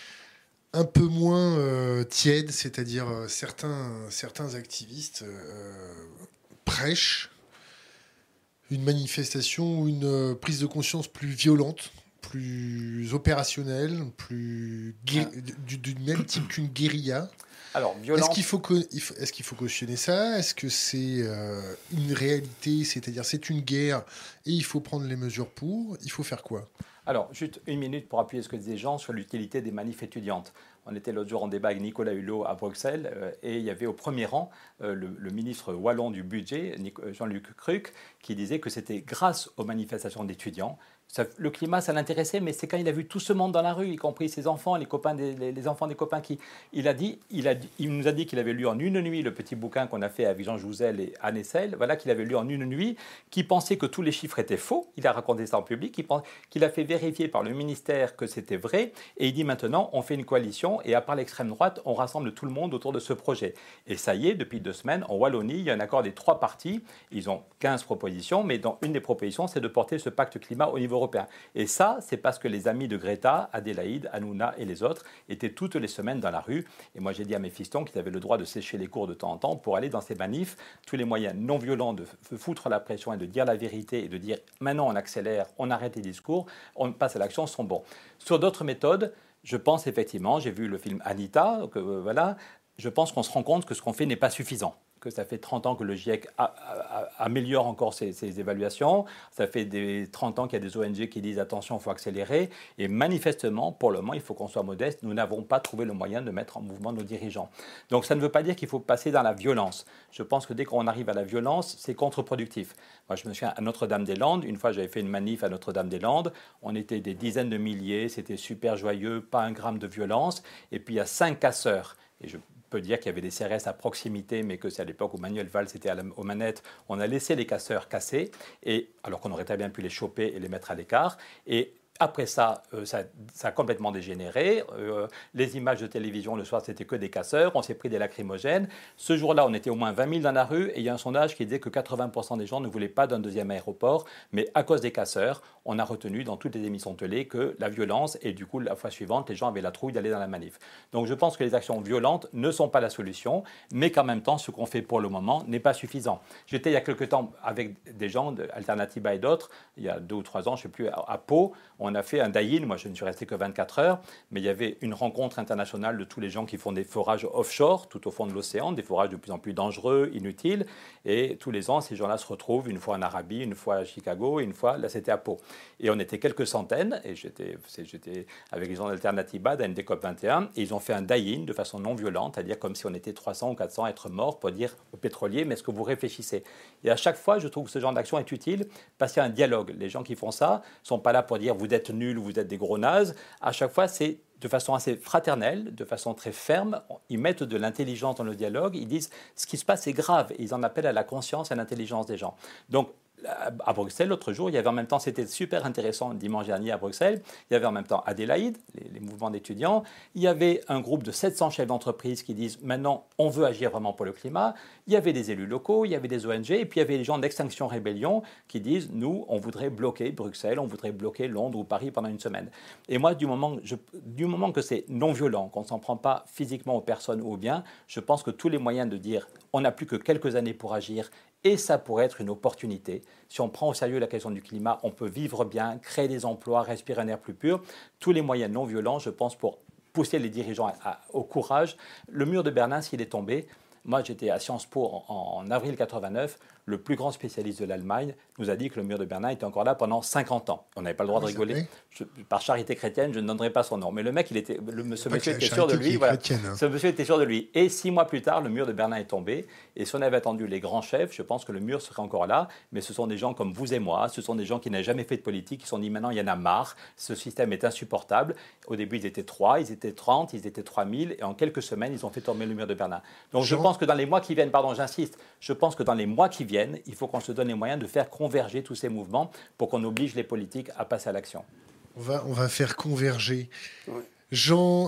un peu moins euh, tiède, c'est-à-dire euh, certains, certains activistes euh, prêchent une manifestation ou une euh, prise de conscience plus violente, plus opérationnelle, plus gué- du, du même type qu'une guérilla? Alors, violente. Est-ce qu'il faut, co- est-ce qu'il faut cautionner ça? Est-ce que c'est euh, une réalité, c'est-à-dire c'est une guerre et il faut prendre les mesures pour? Il faut faire quoi? Alors, juste une minute pour appuyer ce que disaient Jean sur l'utilité des manifs étudiantes. On était l'autre jour en débat avec Nicolas Hulot à Bruxelles euh, et il y avait au premier rang euh, le, le ministre wallon du budget, Jean-Luc Cruc, qui disait que c'était grâce aux manifestations d'étudiants. Ça, le climat, ça l'intéressait, mais c'est quand il a vu tout ce monde dans la rue, y compris ses enfants, les, copains des, les, les enfants des copains, qui, il, a dit, il, a, il nous a dit qu'il avait lu en une nuit le petit bouquin qu'on a fait avec Jean Jouzel et Anne Essel, voilà, qu'il avait lu en une nuit, qu'il pensait que tous les chiffres étaient faux, il a raconté ça en public, qu'il, pense, qu'il a fait vérifier par le ministère que c'était vrai, et il dit maintenant, on fait une coalition, et à part l'extrême droite, on rassemble tout le monde autour de ce projet. Et ça y est, depuis deux semaines, en Wallonie, il y a un accord des trois partis, ils ont quinze propositions, mais dans une des propositions, c'est de porter ce pacte climat au niveau européen. Et ça, c'est parce que les amis de Greta, Adélaïde, Hanouna et les autres, étaient toutes les semaines dans la rue. Et moi, j'ai dit à mes fistons qu'ils avaient le droit de sécher les cours de temps en temps pour aller dans ces manifs. Tous les moyens non violents de foutre la pression et de dire la vérité et de dire maintenant on accélère, on arrête les discours, on passe à l'action sont bons. Sur d'autres méthodes, je pense effectivement, j'ai vu le film Anita, que, euh, voilà, je pense qu'on se rend compte que ce qu'on fait n'est pas suffisant. Que ça fait trente ans que le GIEC a, a, a, améliore encore ses, ses évaluations. Ça fait des trente ans qu'il y a des O N G qui disent attention, il faut accélérer. Et manifestement, pour le moment, il faut qu'on soit modeste. Nous n'avons pas trouvé le moyen de mettre en mouvement nos dirigeants. Donc ça ne veut pas dire qu'il faut passer dans la violence. Je pense que dès qu'on arrive à la violence, c'est contre-productif. Moi, je me souviens à Notre-Dame-des-Landes, une fois j'avais fait une manif à Notre-Dame-des-Landes. On était des dizaines de milliers, c'était super joyeux, pas un gramme de violence. Et puis il y a cinq casseurs. Et je peut dire qu'il y avait des C R S à proximité, mais que c'est à l'époque où Manuel Valls était à la, aux manettes, on a laissé les casseurs casser, et, alors qu'on aurait très bien pu les choper et les mettre à l'écart. Et après ça, euh, ça, ça a complètement dégénéré. Euh, les images de télévision le soir, c'était que des casseurs. On s'est pris des lacrymogènes. Ce jour-là, on était au moins vingt mille dans la rue. Et il y a un sondage qui disait que quatre-vingts pour cent des gens ne voulaient pas d'un deuxième aéroport. Mais à cause des casseurs, on a retenu dans toutes les émissions de télé que la violence, et du coup, la fois suivante, les gens avaient la trouille d'aller dans la manif. Donc je pense que les actions violentes ne sont pas la solution, mais qu'en même temps, ce qu'on fait pour le moment n'est pas suffisant. J'étais il y a quelque temps avec des gens d'Alternativa et d'autres, il y a deux ou trois ans, je ne sais plus, à, à Pau. On a fait un die-in, moi je ne suis resté que vingt-quatre heures, mais il y avait une rencontre internationale de tous les gens qui font des forages offshore, tout au fond de l'océan, des forages de plus en plus dangereux, inutiles, et tous les ans, ces gens-là se retrouvent, une fois en Arabie, une fois à Chicago, et une fois, là c'était à Pau. Et on était quelques centaines, et j'étais, j'étais avec les gens d'Alternativa, d'A N D COP vingt et un, et ils ont fait un die-in de façon non violente, c'est-à-dire comme si on était trois cents ou quatre cents à être morts pour dire aux pétroliers, mais est-ce que vous réfléchissez? Et à chaque fois, je trouve que ce genre d'action est utile, parce qu'il y a un dialogue. Les gens qui font ça ne sont pas là pour dire vous êtes nuls ou vous êtes des gros nazes. À chaque fois, c'est de façon assez fraternelle, de façon très ferme. Ils mettent de l'intelligence dans le dialogue. Ils disent ce qui se passe est grave. Ils en appellent à la conscience et à l'intelligence des gens. Donc, à Bruxelles, l'autre jour, il y avait en même temps, c'était super intéressant, dimanche dernier à Bruxelles, il y avait en même temps Adélaïde, les, les mouvements d'étudiants, il y avait un groupe de sept cents chefs d'entreprise qui disent maintenant on veut agir vraiment pour le climat, il y avait des élus locaux, il y avait des O N G, et puis il y avait les gens d'Extinction Rébellion qui disent nous, on voudrait bloquer Bruxelles, on voudrait bloquer Londres ou Paris pendant une semaine. Et moi, du moment, je, du moment que c'est non violent, qu'on ne s'en prend pas physiquement aux personnes ou aux biens, je pense que tous les moyens de dire on n'a plus que quelques années pour agir, et ça pourrait être une opportunité. Si on prend au sérieux la question du climat, on peut vivre bien, créer des emplois, respirer un air plus pur. Tous les moyens non violents, je pense, pour pousser les dirigeants à, à, au courage. Le mur de Berlin, s'il est tombé, moi j'étais à Sciences Po en, en avril quatre-vingt-neuf, le plus grand spécialiste de l'Allemagne nous a dit que le mur de Berlin était encore là pendant cinquante ans. On n'avait pas le droit ah, de rigoler. Je, par charité chrétienne, je ne donnerai pas son nom. Mais le mec, il était, le, ce monsieur était sûr de lui. Voilà. Hein. Ce monsieur était sûr de lui. Et six mois plus tard, le mur de Berlin est tombé. Et si on avait attendu les grands chefs, je pense que le mur serait encore là. Mais ce sont des gens comme vous et moi. Ce sont des gens qui n'avaient jamais fait de politique, qui se sont dit maintenant, il y en a marre. Ce système est insupportable. Au début, ils étaient trois, ils étaient trente, ils étaient trois mille. Et en quelques semaines, ils ont fait tomber le mur de Berlin. Donc Jean... je pense que dans les mois qui viennent, pardon, j'insiste, je pense que dans les mois qui viennent, il faut qu'on se donne les moyens de faire converger tous ces mouvements pour qu'on oblige les politiques à passer à l'action. On va, on va faire converger. Ouais. Jean,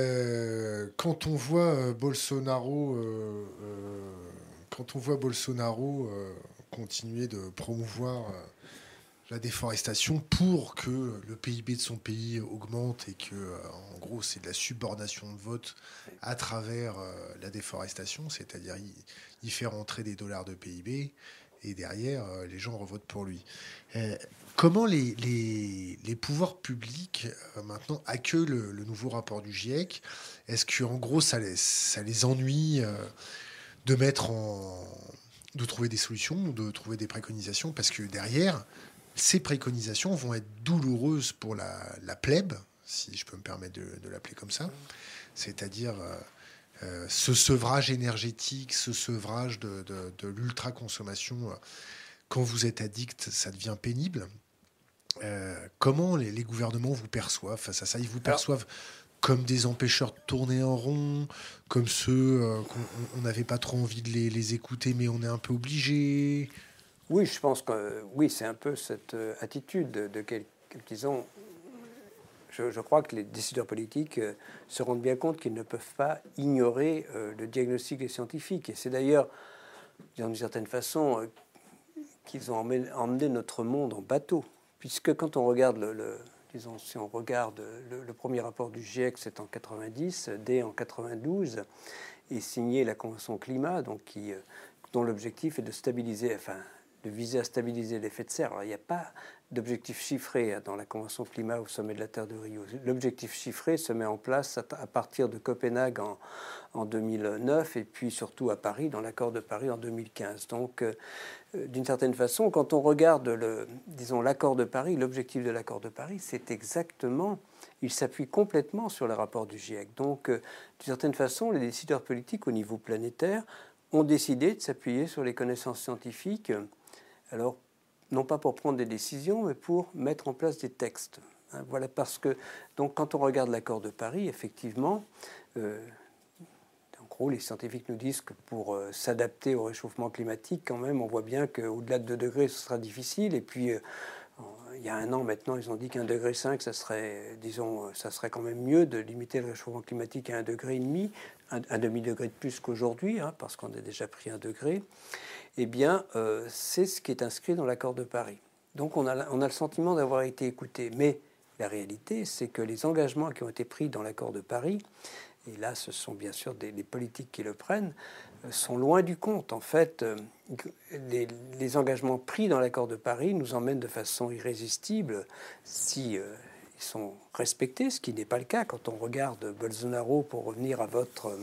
euh, quand on voit euh, Bolsonaro, euh, euh, quand on voit Bolsonaro euh, continuer de promouvoir euh, la déforestation pour que le P I B de son pays augmente et que, euh, en gros, c'est de la subordination de vote à travers euh, la déforestation, c'est-à-dire il, il fait rentrer des dollars de P I B. Et derrière, euh, les gens revotent pour lui. Euh, comment les, les, les pouvoirs publics, euh, maintenant, accueillent le, le nouveau rapport du GIEC? Est-ce qu'en gros, ça les, ça les ennuie euh, de mettre en... de trouver des solutions ou de trouver des préconisations? Parce que derrière, ces préconisations vont être douloureuses pour la, la plèbe, si je peux me permettre de, de l'appeler comme ça, c'est-à-dire euh, euh, ce sevrage énergétique, ce sevrage de, de, de l'ultra-consommation. Quand vous êtes addict, ça devient pénible. Euh, comment les, les gouvernements vous perçoivent face à ça? Ils vous perçoivent comme des empêcheurs de tourner en rond, comme ceux euh, qu'on n'avait pas trop envie de les, les écouter, mais on est un peu obligé? Oui, je pense que oui, c'est un peu cette euh, attitude de, de quel, disons, je, je crois que les décideurs politiques euh, se rendent bien compte qu'ils ne peuvent pas ignorer euh, le diagnostic des scientifiques. Et c'est d'ailleurs, d'une certaine façon, euh, qu'ils ont emmené, emmené notre monde en bateau. Puisque quand on regarde, le, le, disons, si on regarde le, le premier rapport du GIEC, c'est en quatre-vingt-dix, dès en quatre-vingt-douze, est signée la Convention climat, donc qui, dont l'objectif est de stabiliser, enfin, de viser à stabiliser l'effet de serre. Alors, il n'y a pas d'objectif chiffré dans la Convention climat au sommet de la Terre de Rio. L'objectif chiffré se met en place à partir de Copenhague en, en deux mille neuf et puis surtout à Paris, dans l'accord de Paris en deux mille quinze. Donc, euh, d'une certaine façon, quand on regarde le, disons, l'accord de Paris, l'objectif de l'accord de Paris, c'est exactement, il s'appuie complètement sur le rapport du GIEC. Donc, euh, d'une certaine façon, les décideurs politiques au niveau planétaire ont décidé de s'appuyer sur les connaissances scientifiques, alors non pas pour prendre des décisions, mais pour mettre en place des textes. Hein, voilà, parce que, donc, quand on regarde l'accord de Paris, effectivement, euh, en gros, les scientifiques nous disent que pour euh, s'adapter au réchauffement climatique, quand même, on voit bien qu'au-delà de deux degrés, ce sera difficile. Et puis, euh, il y a un an maintenant, ils ont dit qu'un degré cinq, ça serait, disons, ça serait quand même mieux de limiter le réchauffement climatique à un degré et demi, un, un demi-degré de plus qu'aujourd'hui, hein, parce qu'on a déjà pris un degré. Eh bien, euh, c'est ce qui est inscrit dans l'accord de Paris. Donc, on a, on a le sentiment d'avoir été écouté. Mais la réalité, c'est que les engagements qui ont été pris dans l'accord de Paris, et là, ce sont bien sûr des, des politiques qui le prennent, euh, sont loin du compte. En fait, euh, les, les engagements pris dans l'accord de Paris nous emmènent de façon irrésistible si euh, ils sont respectés, ce qui n'est pas le cas quand on regarde Bolsonaro, pour revenir à votre... Euh,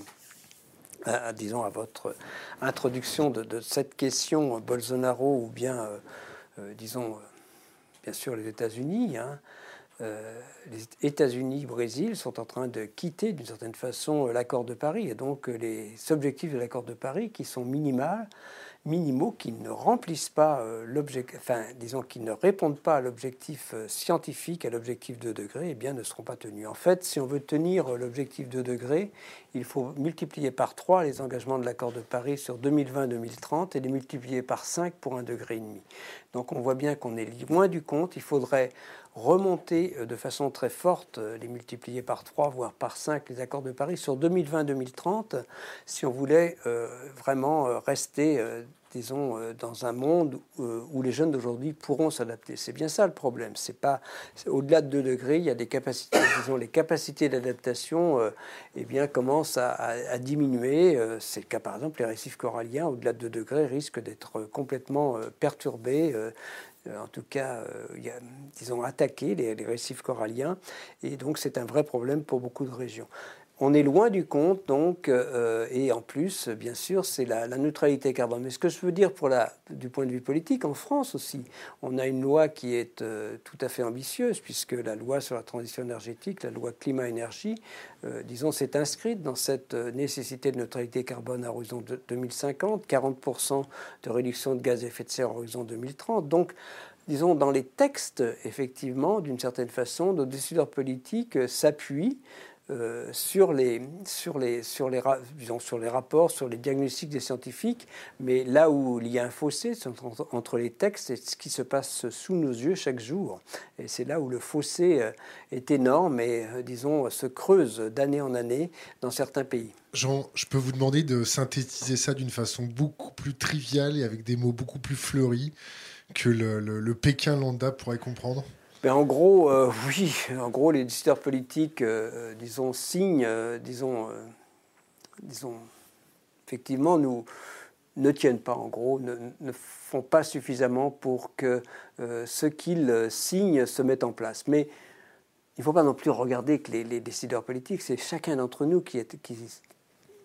À, disons, à votre introduction de, de cette question, Bolsonaro ou bien, euh, euh, disons, euh, bien sûr les États-Unis. Hein, euh, les États-Unis, Brésil sont en train de quitter d'une certaine façon l'accord de Paris. Et donc les objectifs de l'accord de Paris qui sont minimales, minimaux, qui ne remplissent pas euh, l'objectif, enfin, disons, qui ne répondent pas à l'objectif euh, scientifique, à l'objectif deux degrés, eh bien, ne seront pas tenus. En fait, si on veut tenir euh, l'objectif deux degrés, il faut multiplier par trois les engagements de l'accord de Paris sur deux mille vingt deux mille trente et les multiplier par cinq pour un degré et demi. Donc, on voit bien qu'on est loin du compte. Il faudrait remonter euh, de façon très forte, euh, les multiplier par trois, voire par cinq, les accords de Paris sur deux mille vingt deux mille trente, si on voulait euh, vraiment euh, rester... Euh, disons, dans un monde où les jeunes d'aujourd'hui pourront s'adapter. C'est bien ça le problème. C'est pas, c'est au-delà de deux degrés, il y a des capacités, disons, les capacités d'adaptation euh, eh bien, commencent à, à, à diminuer. C'est le cas, par exemple, les récifs coralliens, au-delà de deux degrés, risquent d'être complètement euh, perturbés. Euh, en tout cas, euh, il y a, disons, attaqués, les, les récifs coralliens. Et donc, c'est un vrai problème pour beaucoup de régions. On est loin du compte, donc, euh, et en plus, bien sûr, c'est la, la neutralité carbone. Mais ce que je veux dire pour la, du point de vue politique, en France aussi, on a une loi qui est euh, tout à fait ambitieuse, puisque la loi sur la transition énergétique, la loi climat-énergie, euh, disons, s'est inscrite dans cette nécessité de neutralité carbone à horizon de deux mille cinquante, quarante pour cent de réduction de gaz à effet de serre à horizon deux mille trente. Donc, disons, dans les textes, effectivement, d'une certaine façon, nos décideurs politiques euh, s'appuient Euh, sur, les, sur, les, sur, les, disons, sur les rapports, sur les diagnostics des scientifiques, mais là où il y a un fossé entre, entre les textes et ce qui se passe sous nos yeux chaque jour. Et c'est là où le fossé est énorme et, disons, se creuse d'année en année dans certains pays. Jean, je peux vous demander de synthétiser ça d'une façon beaucoup plus triviale et avec des mots beaucoup plus fleuris que le, le, le Pékin lambda pourrait comprendre? Ben en gros, euh, oui, en gros, les décideurs politiques, euh, disons, signent, euh, disons, euh, disons, effectivement, nous ne tiennent pas, en gros, ne, ne font pas suffisamment pour que euh, ce qu'ils signent se mette en place. Mais il ne faut pas non plus regarder que les, les décideurs politiques, c'est chacun d'entre nous qui, est, qui,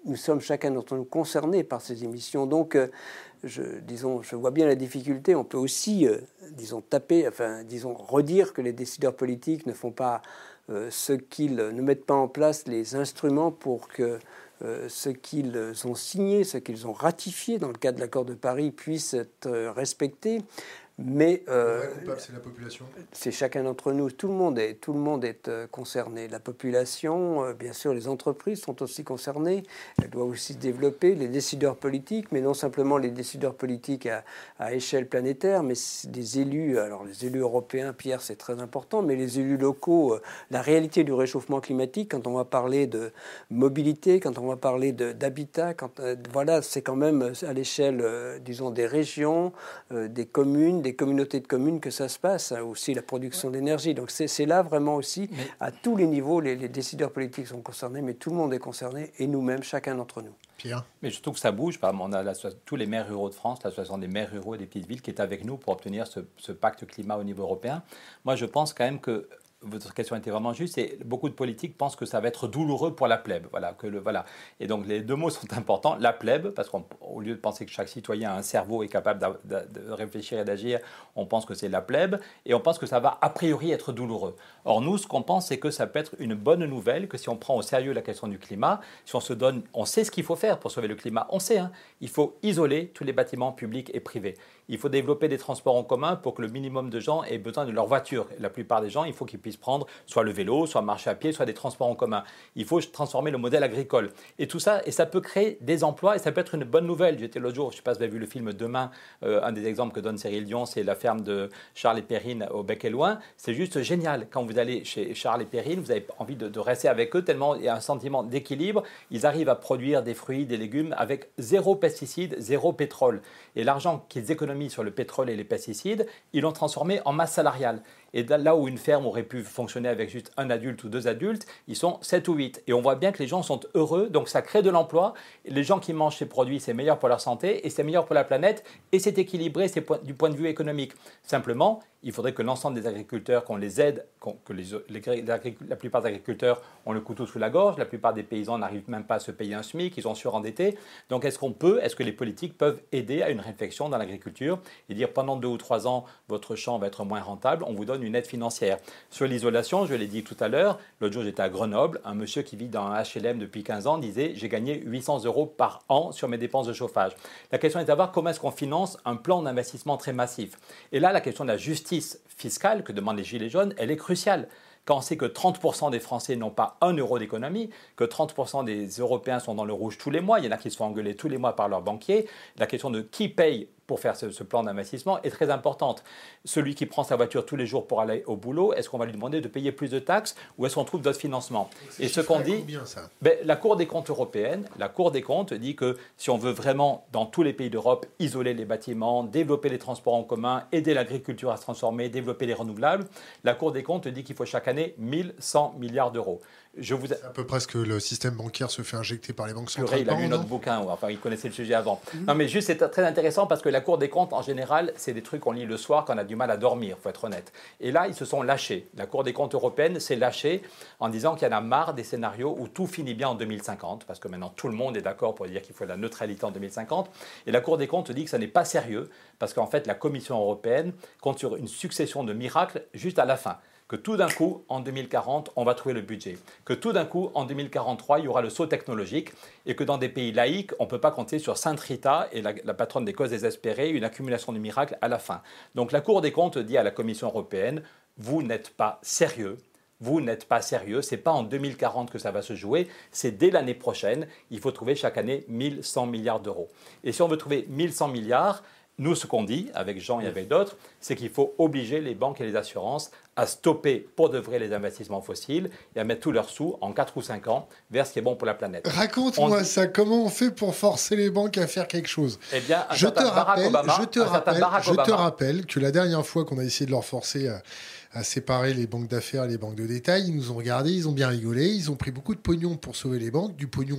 nous sommes chacun d'entre nous concernés par ces émissions. Donc, euh, je, disons, je vois bien la difficulté. On peut aussi, euh, disons, taper, enfin, disons, redire que les décideurs politiques ne font pas euh, ce qu'ils ne mettent pas en place les instruments pour que euh, ce qu'ils ont signé, ce qu'ils ont ratifié dans le cadre de l'accord de Paris puisse être euh, respecté. Mais euh, le vrai coupable, c'est la population. C'est chacun d'entre nous. Tout le monde est, tout le monde est euh, concerné. La population, euh, bien sûr, les entreprises sont aussi concernées. Elles doivent aussi se développer. Les décideurs politiques, mais non simplement les décideurs politiques à, à échelle planétaire, mais des élus. Alors les élus européens, Pierre, c'est très important, mais les élus locaux. Euh, la réalité du réchauffement climatique, quand on va parler de mobilité, quand on va parler de, d'habitat, quand euh, voilà, c'est quand même à l'échelle, euh, disons, des régions, euh, des communes, des communautés de communes que ça se passe, hein, aussi la production ouais. d'énergie. Donc c'est, c'est là vraiment aussi, mais, à tous les niveaux, les, les décideurs politiques sont concernés, mais tout le monde est concerné, et nous-mêmes, chacun d'entre nous. Pierre. Mais je trouve que ça bouge. Par exemple, on a la, tous les maires ruraux de France, l'association des maires ruraux et des petites villes qui est avec nous pour obtenir ce, ce pacte climat au niveau européen. Moi, je pense quand même que votre question était vraiment juste, et beaucoup de politiques pensent que ça va être douloureux pour la plèbe. Voilà, que le, voilà. Et donc les deux mots sont importants. La plèbe, parce qu'au lieu de penser que chaque citoyen a un cerveau et est capable de, de, de réfléchir et d'agir, on pense que c'est la plèbe, et on pense que ça va a priori être douloureux. Or nous, ce qu'on pense, c'est que ça peut être une bonne nouvelle, que si on prend au sérieux la question du climat, si on se donne, on sait ce qu'il faut faire pour sauver le climat, on sait, hein, il faut isoler tous les bâtiments publics et privés. Il faut développer des transports en commun pour que le minimum de gens aient besoin de leur voiture. La plupart des gens, il faut qu'ils puissent prendre soit le vélo, soit marcher à pied, soit des transports en commun. Il faut transformer le modèle agricole. Et tout ça, et ça peut créer des emplois et ça peut être une bonne nouvelle. J'étais l'autre jour, je ne sais pas si vous avez vu le film Demain, euh, un des exemples que donne Cyril Dion, c'est la ferme de Charles et Perrine au Bec et Loing. C'est juste génial. Quand vous allez chez Charles et Perrine, vous avez envie de, de rester avec eux tellement il y a un sentiment d'équilibre. Ils arrivent à produire des fruits, des légumes avec zéro pesticide, zéro pétrole. Et l'argent qu'ils économisent sur le pétrole et les pesticides, ils l'ont transformé en masse salariale. Et là où une ferme aurait pu fonctionner avec juste un adulte ou deux adultes, ils sont sept ou huit. Et on voit bien que les gens sont heureux, donc ça crée de l'emploi. Les gens qui mangent ces produits, c'est meilleur pour leur santé et c'est meilleur pour la planète et c'est équilibré c'est du point de vue économique. Simplement, il faudrait que l'ensemble des agriculteurs, qu'on les aide, qu'on, que les, les, la plupart des agriculteurs ont le couteau sous la gorge, la plupart des paysans n'arrivent même pas à se payer un SMIC, ils sont surendettés. Donc est-ce qu'on peut, est-ce que les politiques peuvent aider à une réflexion dans l'agriculture et dire pendant deux ou trois ans, votre champ va être moins rentable, on vous donne une aide financière. Sur l'isolation, je l'ai dit tout à l'heure, l'autre jour j'étais à Grenoble, un monsieur qui vit dans un H L M depuis quinze ans disait « j'ai gagné huit cents euros par an sur mes dépenses de chauffage ». La question est de savoir comment est-ce qu'on finance un plan d'investissement très massif. Et là, la question de la justice fiscale que demandent les Gilets jaunes, elle est cruciale. Quand on sait que trente pour cent des Français n'ont pas un euro d'économie, que trente pour cent des Européens sont dans le rouge tous les mois, il y en a qui se font engueuler tous les mois par leurs banquiers, la question de qui paye pour faire ce, ce plan d'investissement est très importante. Celui qui prend sa voiture tous les jours pour aller au boulot, est-ce qu'on va lui demander de payer plus de taxes ou est-ce qu'on trouve d'autres financements? Et ce qu'on dit, bien, ça. Ben, la Cour des comptes européenne, la Cour des comptes dit que si on veut vraiment, dans tous les pays d'Europe, isoler les bâtiments, développer les transports en commun, aider l'agriculture à se transformer, développer les renouvelables, la Cour des comptes dit qu'il faut chaque année mille cent milliards d'euros. Je vous... C'est à peu près ce que le système bancaire se fait injecter par les banques centrales. Il a lu notre bouquin, enfin il connaissait le sujet avant. Mmh. Non mais juste c'est très intéressant parce que la Cour des comptes en général c'est des trucs qu'on lit le soir quand on a du mal à dormir, il faut être honnête. Et là ils se sont lâchés. La Cour des comptes européenne s'est lâchée en disant qu'il y en a marre des scénarios où tout finit bien en deux mille cinquante parce que maintenant tout le monde est d'accord pour dire qu'il faut la neutralité en deux mille cinquante. Et la Cour des comptes dit que ça n'est pas sérieux parce qu'en fait la Commission européenne compte sur une succession de miracles juste à la fin. Que tout d'un coup, en deux mille quarante, on va trouver le budget. Que tout d'un coup, en deux mille quarante-trois, il y aura le saut technologique et que dans des pays laïques, on ne peut pas compter sur Sainte Rita et la, la patronne des causes désespérées, une accumulation de miracles à la fin. Donc la Cour des comptes dit à la Commission européenne, vous n'êtes pas sérieux. Vous n'êtes pas sérieux, ce n'est pas en deux mille quarante que ça va se jouer, c'est dès l'année prochaine. Il faut trouver chaque année mille cent milliards d'euros. Et si on veut trouver mille cent milliards, nous, ce qu'on dit, avec Jean et avec d'autres, c'est qu'il faut obliger les banques et les assurances à stopper pour de vrai les investissements fossiles et à mettre tous leurs sous en quatre ou cinq ans vers ce qui est bon pour la planète. Raconte-moi on... ça, comment on fait pour forcer les banques à faire quelque chose? Eh bien, un je te rappelle, Obama, je te rappelle, je Obama, te rappelle que la dernière fois qu'on a essayé de leur forcer à, à séparer les banques d'affaires et les banques de détail, ils nous ont regardés, ils ont bien rigolé, ils ont pris beaucoup de pognon pour sauver les banques, du pognon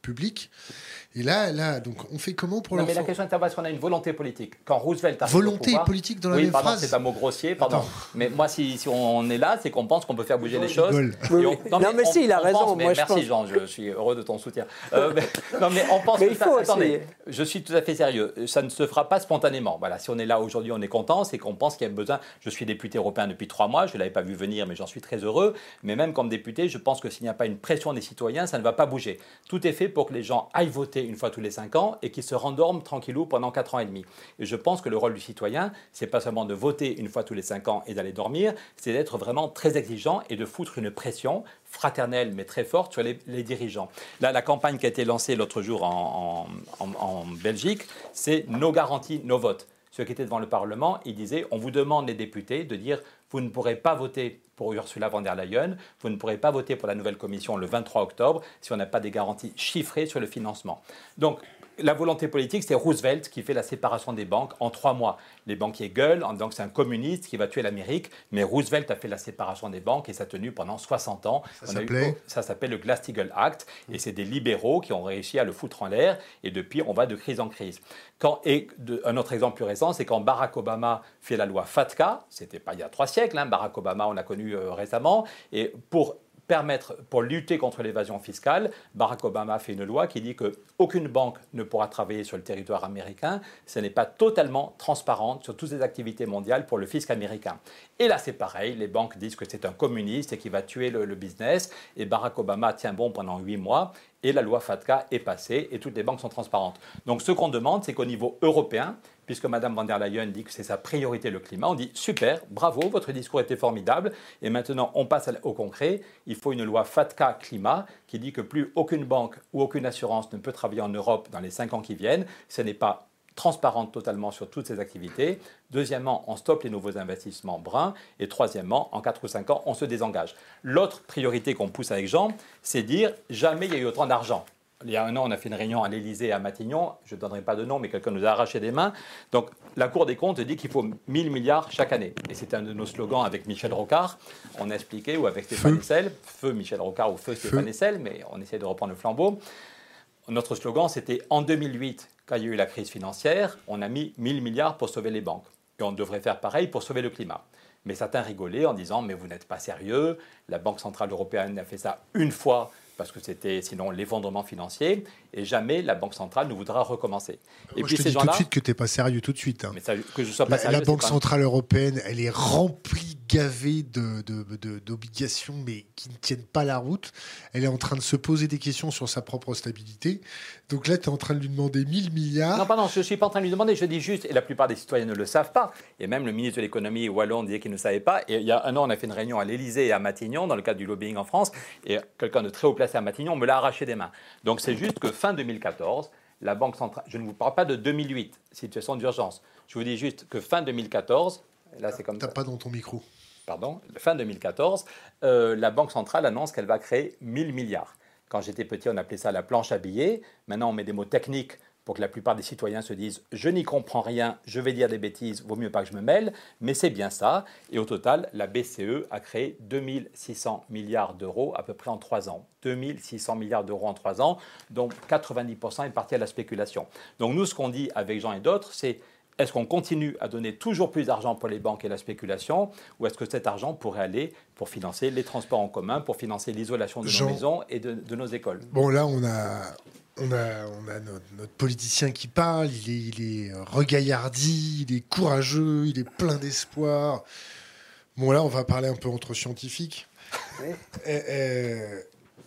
public. Et là, là, donc, on fait comment pour non, leur mais for- la question est est-ce qu'on a une volonté politique. Quand Roosevelt arrive Volonté au pouvoir, politique dans la oui, même pardon, phrase. c'est un mot grossier, pardon. Attends. Mais moi, si, si on est là, c'est qu'on pense qu'on peut faire bouger Jean les choses. rigole. Oui, Et on- oui. Non, mais si, il a on raison, pense- mais moi, je merci pense- Jean, je suis heureux de ton soutien. Euh, mais, non, mais on pense Mais que il ça- faut attendez, aussi- je suis tout à fait sérieux. Ça ne se fera pas spontanément. Voilà, si on est là aujourd'hui, on est content, c'est qu'on pense qu'il y a besoin. Je suis député européen depuis trois mois, je ne l'avais pas vu venir, mais j'en suis très heureux. Mais même comme député, je pense que s'il n'y a pas une pression des citoyens, ça ne va pas bouger. Tout est fait pour que les gens aillent voter une fois tous les cinq ans et qu'ils se rendorment tranquillou pendant quatre ans et demi. Et je pense que le rôle du citoyen, c'est pas seulement de voter une fois tous les cinq ans et d'aller dormir, c'est d'être vraiment très exigeant et de foutre une pression fraternelle mais très forte sur les, les dirigeants. Là, la campagne qui a été lancée l'autre jour en, en, en, en Belgique, c'est nos garanties, nos votes. Ceux qui étaient devant le Parlement, ils disaient on vous demande, les députés, de dire vous ne pourrez pas voter pour Ursula von der Leyen, vous ne pourrez pas voter pour la nouvelle commission le vingt-trois octobre si on n'a pas des garanties chiffrées sur le financement. Donc, la volonté politique, c'est Roosevelt qui fait la séparation des banques en trois mois. Les banquiers gueulent en disant que c'est un communiste qui va tuer l'Amérique, mais Roosevelt a fait la séparation des banques et ça a tenu pendant soixante ans. Ça On a eu- s'appelait ça s'appelle le Glass-Steagall Act et c'est des libéraux qui ont réussi à le foutre en l'air et depuis on va de crise en crise. Quand, et de, un autre exemple plus récent, c'est quand Barack Obama fait la loi FATCA, c'était pas il y a trois siècles, hein, Barack Obama on l'a connu euh, récemment, et pour permettre, pour lutter contre l'évasion fiscale, Barack Obama fait une loi qui dit qu'aucune banque ne pourra travailler sur le territoire américain. Ce n'est pas totalement transparent sur toutes les activités mondiales pour le fisc américain. Et là, c'est pareil. Les banques disent que c'est un communiste et qu'il va tuer le, le business. Et Barack Obama tient bon pendant huit mois. Et la loi FATCA est passée et toutes les banques sont transparentes. Donc, ce qu'on demande, c'est qu'au niveau européen, puisque Mme von der Leyen dit que c'est sa priorité le climat, on dit super, bravo, votre discours était formidable. Et maintenant, on passe au concret. Il faut une loi FATCA climat qui dit que plus aucune banque ou aucune assurance ne peut travailler en Europe dans les cinq ans qui viennent. Ce n'est pas transparente totalement sur toutes ces activités. Deuxièmement, on stoppe les nouveaux investissements bruns. Et troisièmement, en quatre ou cinq ans, on se désengage. L'autre priorité qu'on pousse avec Jean, c'est dire jamais il y a eu autant d'argent. Il y a un an, on a fait une réunion à l'Élysée et à Matignon. Je ne donnerai pas de nom, mais quelqu'un nous a arraché des mains. Donc, la Cour des comptes dit qu'il faut mille milliards chaque année. Et c'était un de nos slogans avec Michel Rocard. On a expliqué, ou avec Stéphane Feu. Hessel. Feu Michel Rocard ou Feu Stéphane Hessel, mais on essaie de reprendre le flambeau. Notre slogan, c'était en deux mille huit, quand il y a eu la crise financière, on a mis mille milliards pour sauver les banques. Et on devrait faire pareil pour sauver le climat. Mais certains rigolaient en disant « mais vous n'êtes pas sérieux, la Banque Centrale Européenne a fait ça une fois parce que c'était sinon l'effondrement financier, et jamais la Banque Centrale ne voudra recommencer. » Et Moi, puis je te ces dis tout de gens-là, suite que tu n'es pas sérieux tout de suite. hein. mais ça, que je sois pas La, sérieux, la Banque c'est pas- Centrale Européenne, elle est remplie, gavée de, de, de- d'obligations, mais qui ne tiennent pas la route. Elle est en train de se poser des questions sur sa propre stabilité. Donc là, tu es en train de lui demander mille milliards. Non, pardon, je ne suis pas en train de lui demander, je dis juste, et la plupart des citoyens ne le savent pas, et même le ministre de l'économie wallon disait qu'il ne savait pas, et il y a un an, on a fait une réunion à l'Élysée et à Matignon, dans le cadre du lobbying en France, et quelqu'un de très haut placé à Matignon me l'a arraché des mains. Donc c'est juste que fin deux mille quatorze, la Banque Centrale, je ne vous parle pas de deux mille huit, situation d'urgence, je vous dis juste que fin deux mille quatorze, là c'est comme T'as ça. pas dans ton micro. Pardon, fin deux mille quatorze, euh, la Banque centrale annonce qu'elle va créer mille milliards. Quand j'étais petit, on appelait ça la planche à billets. Maintenant, on met des mots techniques pour que la plupart des citoyens se disent « je n'y comprends rien, je vais dire des bêtises, vaut mieux pas que je me mêle », mais c'est bien ça. Et au total, la B C E a créé deux mille six cents milliards d'euros à peu près en trois ans. deux mille six cents milliards d'euros en trois ans, dont quatre-vingt-dix pour cent est parti à la spéculation. Donc nous, ce qu'on dit avec Jean et d'autres, c'est est-ce qu'on continue à donner toujours plus d'argent pour les banques et la spéculation, ou est-ce que cet argent pourrait aller pour financer les transports en commun, pour financer l'isolation de Jean. nos maisons et de, de nos écoles? Bon, là, on a, on a, on a notre, notre politicien qui parle. Il est, il est regaillardi, il est courageux, il est plein d'espoir. Bon, là, on va parler un peu entre scientifiques. Oui. Euh, euh,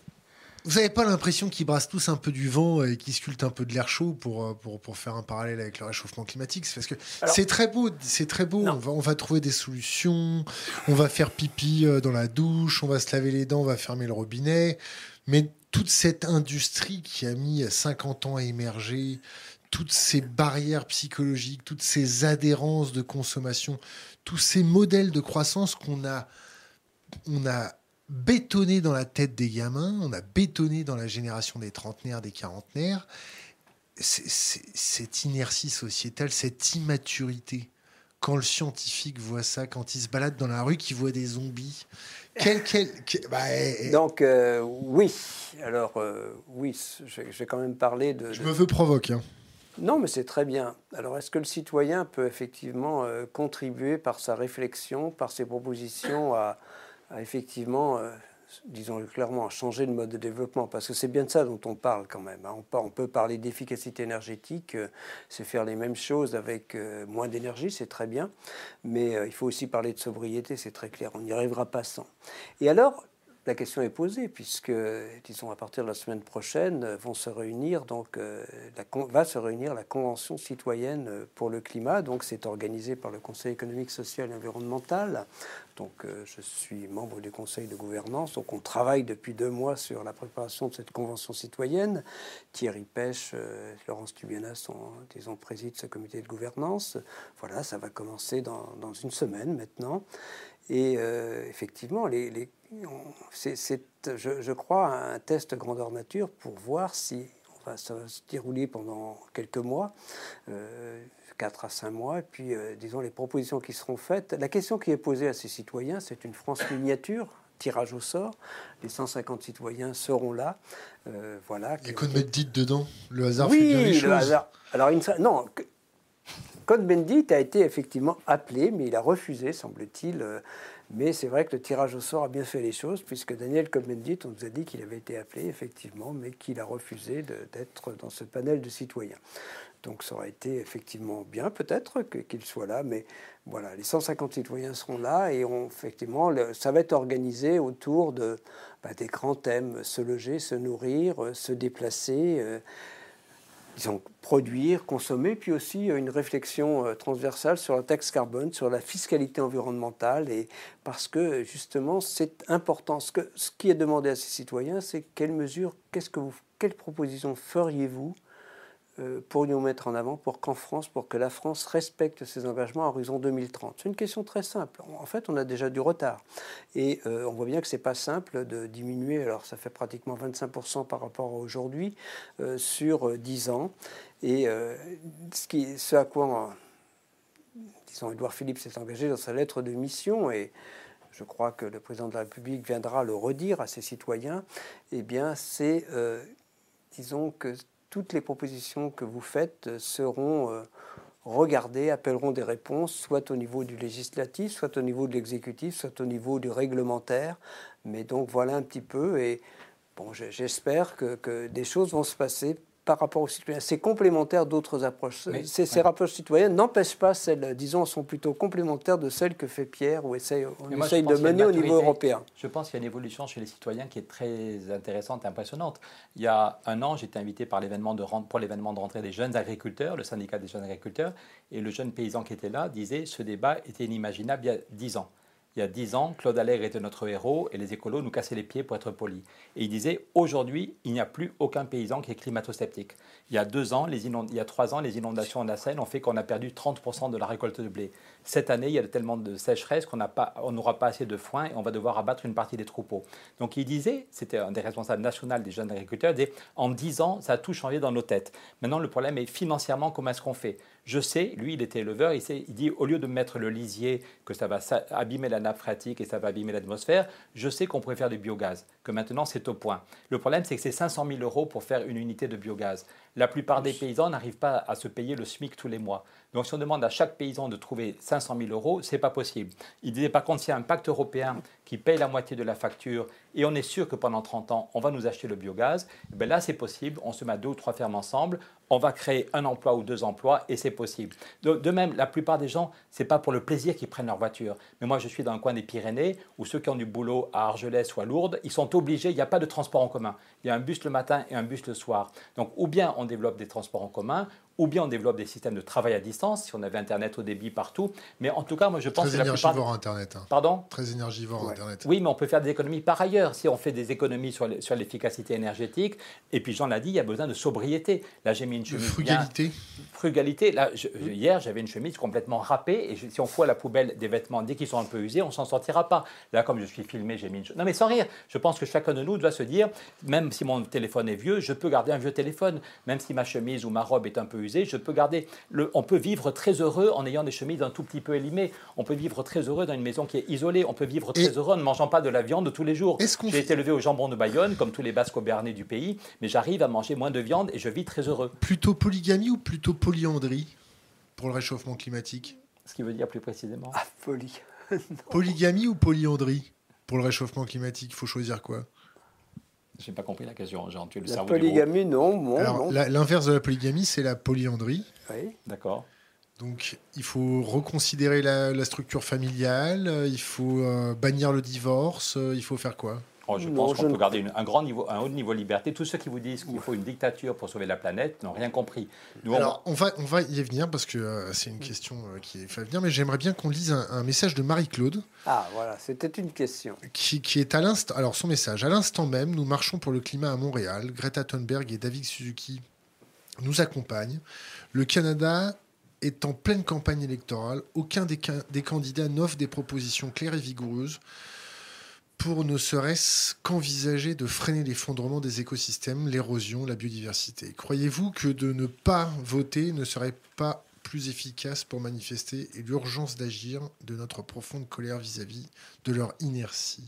vous n'avez pas l'impression qu'ils brassent tous un peu du vent et qu'ils sculptent un peu de l'air chaud pour, pour, pour faire un parallèle avec le réchauffement climatique? C'est parce que Alors, c'est très beau, c'est très beau. On va, on va trouver des solutions, on va faire pipi euh, dans la douche, on va se laver les dents, on va fermer le robinet. Mais toute cette industrie qui a mis cinquante ans à émerger, toutes ces barrières psychologiques, toutes ces adhérences de consommation, tous ces modèles de croissance qu'on a, on a bétonné dans la tête des gamins, on a bétonné dans la génération des trentenaires, des quarantenaires, c'est, c'est, cette inertie sociétale, cette immaturité quand le scientifique voit ça, quand il se balade dans la rue, qu'il voit des zombies. Quel, quel, quel bah, eh, Donc, euh, oui. Alors, euh, oui, je, je vais quand même parler de... Je de... me veux provoque. Hein. Non, mais c'est très bien. Alors, est-ce que le citoyen peut effectivement euh, contribuer par sa réflexion, par ses propositions à, à effectivement... Euh, disons clairement, à changer le mode de développement, parce que c'est bien de ça dont on parle quand même. On peut parler d'efficacité énergétique, c'est faire les mêmes choses avec moins d'énergie, c'est très bien, mais il faut aussi parler de sobriété, c'est très clair, on n'y arrivera pas sans. Et alors, la question est posée, puisque, disons, à partir de la semaine prochaine, vont se réunir, donc, euh, la, va se réunir la Convention citoyenne pour le climat. Donc, c'est organisé par le Conseil économique, social et environnemental. Donc, euh, je suis membre du Conseil de gouvernance. Donc, on travaille depuis deux mois sur la préparation de cette Convention citoyenne. Thierry Pêche, euh, Laurence Tubiana sont, disons, président de ce comité de gouvernance. Voilà, ça va commencer dans, dans une semaine maintenant. Et euh, effectivement, les, les, c'est, c'est, je, je crois, un test grandeur nature pour voir si enfin, ça va se dérouler pendant quelques mois, euh, quatre à cinq mois, et puis, euh, disons, les propositions qui seront faites. La question qui est posée à ces citoyens, c'est une France miniature, tirage au sort. Les cent cinquante citoyens seront là. Euh, voilà. Il y a Cohn-Bendit dedans. Le hasard oui, fait bien les choses. Le hasard. Alors, une... non. Cohn-Bendit a été effectivement appelé, mais il a refusé, semble-t-il. Mais c'est vrai que le tirage au sort a bien fait les choses, puisque Daniel Cohn-Bendit, on nous a dit qu'il avait été appelé, effectivement, mais qu'il a refusé de, d'être dans ce panel de citoyens. Donc ça aurait été effectivement bien, peut-être, qu'il soit là, mais voilà, les cent cinquante citoyens seront là, et on, effectivement, le, ça va être organisé autour de, bah, des grands thèmes, se loger, se nourrir, se déplacer, euh, disons, produire, consommer, puis aussi une réflexion euh, transversale sur la taxe carbone, sur la fiscalité environnementale, et parce que justement c'est important. Ce, que, ce qui est demandé à ces citoyens, c'est quelles mesures, qu'est-ce que vous, quelles propositions feriez-vous euh, pourrions mettre en avant pour qu'en France, pour que la France respecte ses engagements à horizon deux mille trente. C'est une question très simple. En fait, on a déjà du retard. Et euh, on voit bien que ce n'est pas simple de diminuer, alors ça fait pratiquement vingt-cinq pour cent par rapport à aujourd'hui, euh, sur euh, dix ans. Et euh, ce, qui, ce à quoi, disons, Édouard Philippe s'est engagé dans sa lettre de mission, et je crois que le président de la République viendra le redire à ses citoyens, eh bien, c'est, euh, disons, que toutes les propositions que vous faites seront euh, regardées, appelleront des réponses, soit au niveau du législatif, soit au niveau de l'exécutif, soit au niveau du réglementaire. Mais donc voilà un petit peu, et bon, j'espère que, que des choses vont se passer par rapport aux citoyens. C'est complémentaire d'autres approches. Mais, ces, ouais. ces approches citoyennes n'empêchent pas celles, disons, sont plutôt complémentaires de celles que fait Pierre ou essaye, on moi, essaye de mener au niveau européen. Je pense qu'il y a une évolution chez les citoyens qui est très intéressante et impressionnante. Il y a un an, j'étais invité par l'événement de, pour l'événement de rentrée des jeunes agriculteurs, le syndicat des jeunes agriculteurs, et le jeune paysan qui était là disait « ce débat était inimaginable il y a dix ans ». Il y a dix ans, Claude Allègre était notre héros et les écolos nous cassaient les pieds pour être polis. Et il disait, aujourd'hui, il n'y a plus aucun paysan qui est climato-sceptique. Il y a deux ans, les inond... il y a trois ans, les inondations de la Seine ont fait qu'on a perdu trente pour cent de la récolte de blé. Cette année, il y a tellement de sécheresse qu'on n'a pas... on n'aura pas assez de foin et on va devoir abattre une partie des troupeaux. Donc il disait, c'était un des responsables nationaux des jeunes agriculteurs, il disait, en dix ans, ça a tout changé dans nos têtes. Maintenant, le problème est financièrement, comment est-ce qu'on fait ? Je sais, lui, il était éleveur, il, sait, il dit, au lieu de mettre le lisier, que ça va abîmer la nappe phréatique et ça va abîmer l'atmosphère, je sais qu'on pourrait faire du biogaz, que maintenant c'est au point. Le problème, c'est que c'est cinq cent mille euros pour faire une unité de biogaz. La plupart des paysans n'arrivent pas à se payer le SMIC tous les mois. Donc si on demande à chaque paysan de trouver cinq cent mille euros, ce n'est pas possible. Il disait par contre, s'il y a un pacte européen qui paye la moitié de la facture et on est sûr que pendant trente ans, on va nous acheter le biogaz, ben là c'est possible, on se met deux ou trois fermes ensemble, on va créer un emploi ou deux emplois et c'est possible. De, de même, la plupart des gens, ce n'est pas pour le plaisir qu'ils prennent leur voiture. Mais moi, je suis dans le coin des Pyrénées où ceux qui ont du boulot à Argelès ou à Lourdes, ils sont obligés, il n'y a pas de transport en commun. Il y a un bus le matin et un bus le soir. Donc, ou bien on développe des transports en commun, ou bien on développe des systèmes de travail à distance, si on avait Internet au débit partout. Mais en tout cas, moi, je pense Très que la plupart... Très énergivore, Internet. Hein. Pardon ? Très énergivore, ouais. Internet. Oui, mais on peut faire des économies par ailleurs. Si on fait des économies sur, les, sur l'efficacité énergétique, et puis Jean l'a dit, il y a besoin de sobriété. Là, j'ai mis une chemise... De frugalité. Bien... Frugalité. Là, je, mmh. Hier, j'avais une chemise complètement râpée, et je, si on fout à la poubelle des vêtements dès qu'ils sont un peu usés, on ne s'en sortira pas. Là, comme je suis filmé, j'ai mis une... Non, mais sans rire, je pense que chacun de nous doit se dire, même si mon téléphone est vieux, je peux garder un vieux téléphone. Même si ma chemise ou ma robe est un peu usées. Je peux garder le, on peut vivre très heureux en ayant des chemises un tout petit peu élimées. On peut vivre très heureux dans une maison qui est isolée. On peut vivre très et heureux en ne mangeant pas de la viande tous les jours. J'ai été élevé au jambon de Bayonne, comme tous les Basques-Béarnais du pays, mais j'arrive à manger moins de viande et je vis très heureux. Plutôt polygamie ou plutôt polyandrie pour le réchauffement climatique? Ce qui veut dire plus précisément Ah, poly. Polygamie ou polyandrie pour le réchauffement climatique? Il faut choisir quoi? Je n'ai pas compris la question, Jean. Tu es le la cerveau polygamie, non. Bon, Alors, non. La, l'inverse de la polygamie, c'est la polyandrie. Oui. D'accord. Donc, il faut reconsidérer la, la structure familiale, il faut euh, bannir le divorce, euh, il faut faire quoi? Oh, je non, pense qu'on je peut ne... garder une, un, grand niveau, un haut niveau de liberté. Tous ceux qui vous disent qu'il faut une dictature pour sauver la planète n'ont rien compris. Nous, Alors, on va, on va y venir parce que euh, c'est une question euh, qui fait venir, mais j'aimerais bien qu'on lise un, un message de Marie-Claude. Ah, voilà, c'était une question. Qui, qui est à l'instant. Alors, son message. À l'instant même, nous marchons pour le climat à Montréal. Greta Thunberg et David Suzuki nous accompagnent. Le Canada est en pleine campagne électorale. Aucun des, des candidats n'offre des propositions claires et vigoureuses pour ne serait-ce qu'envisager de freiner l'effondrement des écosystèmes, l'érosion, la biodiversité. Croyez-vous que de ne pas voter ne serait pas plus efficace pour manifester l'urgence d'agir de notre profonde colère vis-à-vis de leur inertie?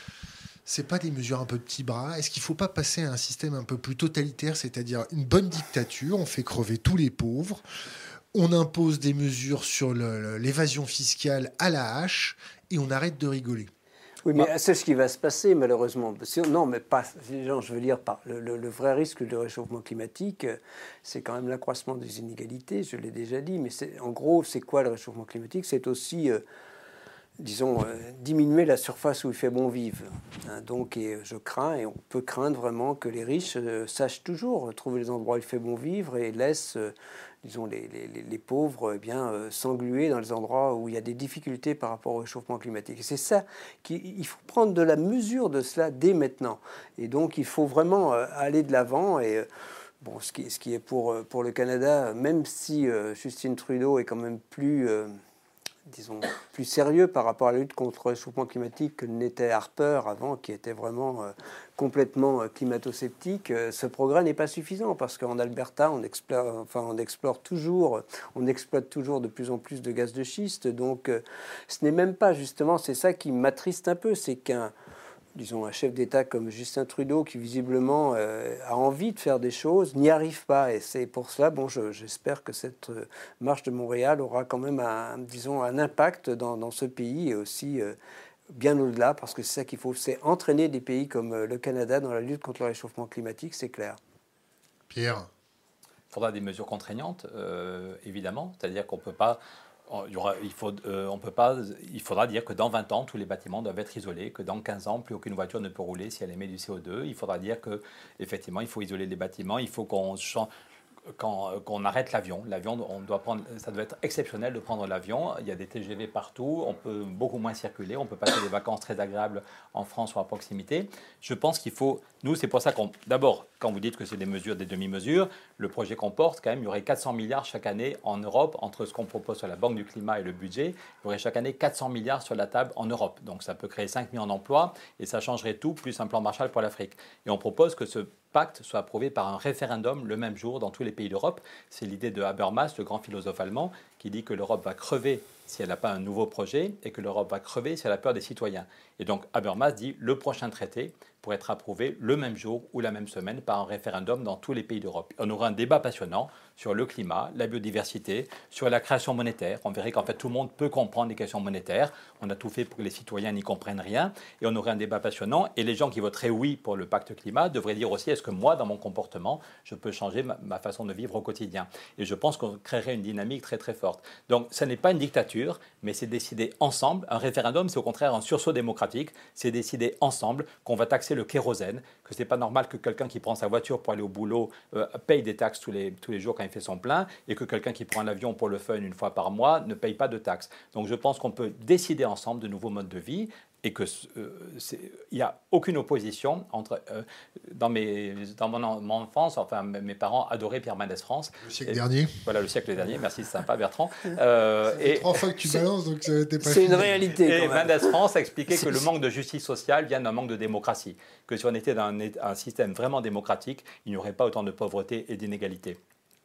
C'est pas des mesures un peu petits bras? Est-ce qu'il ne faut pas passer à un système un peu plus totalitaire, c'est-à-dire une bonne dictature, on fait crever tous les pauvres, on impose des mesures sur le, l'évasion fiscale à la hache et on arrête de rigoler? Oui, mais c'est ce qui va se passer, malheureusement. Non, mais pas. Je veux dire, pas. Le, le, le vrai risque du réchauffement climatique, c'est quand même l'accroissement des inégalités, je l'ai déjà dit. Mais c'est, en gros, c'est quoi le réchauffement climatique? C'est aussi, euh, disons, euh, diminuer la surface où il fait bon vivre. Hein, donc, et je crains, et on peut craindre vraiment que les riches euh, sachent toujours trouver les endroits où il fait bon vivre et laissent. Euh, disons, les, les, les pauvres eh bien, euh, s'engluer dans les endroits où il y a des difficultés par rapport au réchauffement climatique. Et c'est ça qu'il faut prendre de la mesure de cela dès maintenant. Et donc, il faut vraiment euh, aller de l'avant. Et euh, bon, ce qui, ce qui est pour, pour le Canada, même si euh, Justin Trudeau est quand même plus... Euh, disons, plus sérieux par rapport à la lutte contre le réchauffement climatique que n'était Harper avant, qui était vraiment euh, complètement euh, climato-sceptique, euh, ce progrès n'est pas suffisant parce qu'en Alberta, on explore, enfin, on explore toujours, on exploite toujours de plus en plus de gaz de schiste. Donc, euh, ce n'est même pas justement, c'est ça qui m'attriste un peu, c'est qu'un disons, un chef d'État comme Justin Trudeau, qui visiblement euh, a envie de faire des choses, n'y arrive pas. Et c'est pour cela, bon, je, j'espère que cette euh, marche de Montréal aura quand même un, disons, un impact dans, dans ce pays et aussi euh, bien au-delà, parce que c'est ça qu'il faut, c'est entraîner des pays comme euh, le Canada dans la lutte contre le réchauffement climatique, c'est clair. Pierre? Il faudra des mesures contraignantes, euh, évidemment, c'est-à-dire qu'on ne peut pas... Il, y aura, il, faut, euh, on peut pas, il faudra dire que dans vingt ans, tous les bâtiments doivent être isolés, que dans quinze ans, plus aucune voiture ne peut rouler si elle émet du C O deux. Il faudra dire qu'effectivement, il faut isoler les bâtiments, il faut qu'on change... Quand, qu'on arrête l'avion. L'avion, on doit prendre, ça doit être exceptionnel de prendre l'avion. Il y a des T G V partout, on peut beaucoup moins circuler, on peut passer des vacances très agréables en France ou à proximité. Je pense qu'il faut, nous, c'est pour ça qu'on, d'abord, quand vous dites que c'est des mesures, des demi-mesures, le projet qu'on porte, quand même, il y aurait quatre cents milliards chaque année en Europe, entre ce qu'on propose sur la Banque du climat et le budget, il y aurait chaque année quatre cents milliards sur la table en Europe. Donc ça peut créer cinq millions d'emplois et ça changerait tout, plus un plan Marshall pour l'Afrique. Et on propose que ce pacte soit approuvé par un référendum le même jour dans tous les pays d'Europe. C'est l'idée de Habermas, le grand philosophe allemand, qui dit que l'Europe va crever si elle n'a pas un nouveau projet et que l'Europe va crever si elle a peur des citoyens. Et donc Habermas dit le prochain traité pour être approuvé le même jour ou la même semaine par un référendum dans tous les pays d'Europe. On aura un débat passionnant sur le climat, la biodiversité, sur la création monétaire. On verrait qu'en fait tout le monde peut comprendre les questions monétaires. On a tout fait pour que les citoyens n'y comprennent rien. Et on aurait un débat passionnant. Et les gens qui voteraient oui pour le pacte climat devraient dire aussi est-ce que moi, dans mon comportement, je peux changer ma, ma façon de vivre au quotidien. Et je pense qu'on créerait une dynamique très très forte. Donc ce n'est pas une dictature, mais c'est décider ensemble. Un référendum, c'est au contraire un sursaut démocratique. C'est décider ensemble qu'on va taxer le kérosène, que ce n'est pas normal que quelqu'un qui prend sa voiture pour aller au boulot euh, paye des taxes tous les, tous les jours quand il fait son plein, et que quelqu'un qui prend l'avion pour le fun une fois par mois ne paye pas de taxes. Donc je pense qu'on peut décider ensemble de nouveaux modes de vie et qu'il n'y euh, a aucune opposition entre... Euh, dans mes, dans mon, mon enfance, enfin mes parents adoraient Pierre Mendès France. Le siècle et, dernier. Voilà, le siècle dernier. Merci, c'est sympa Bertrand. Euh, et trois fois que tu balances, donc t'es pas... C'est une réalité. Et Mendès France a expliqué que le manque de justice sociale vient d'un manque de démocratie. Que si on était dans un, un système vraiment démocratique, il n'y aurait pas autant de pauvreté et d'inégalité.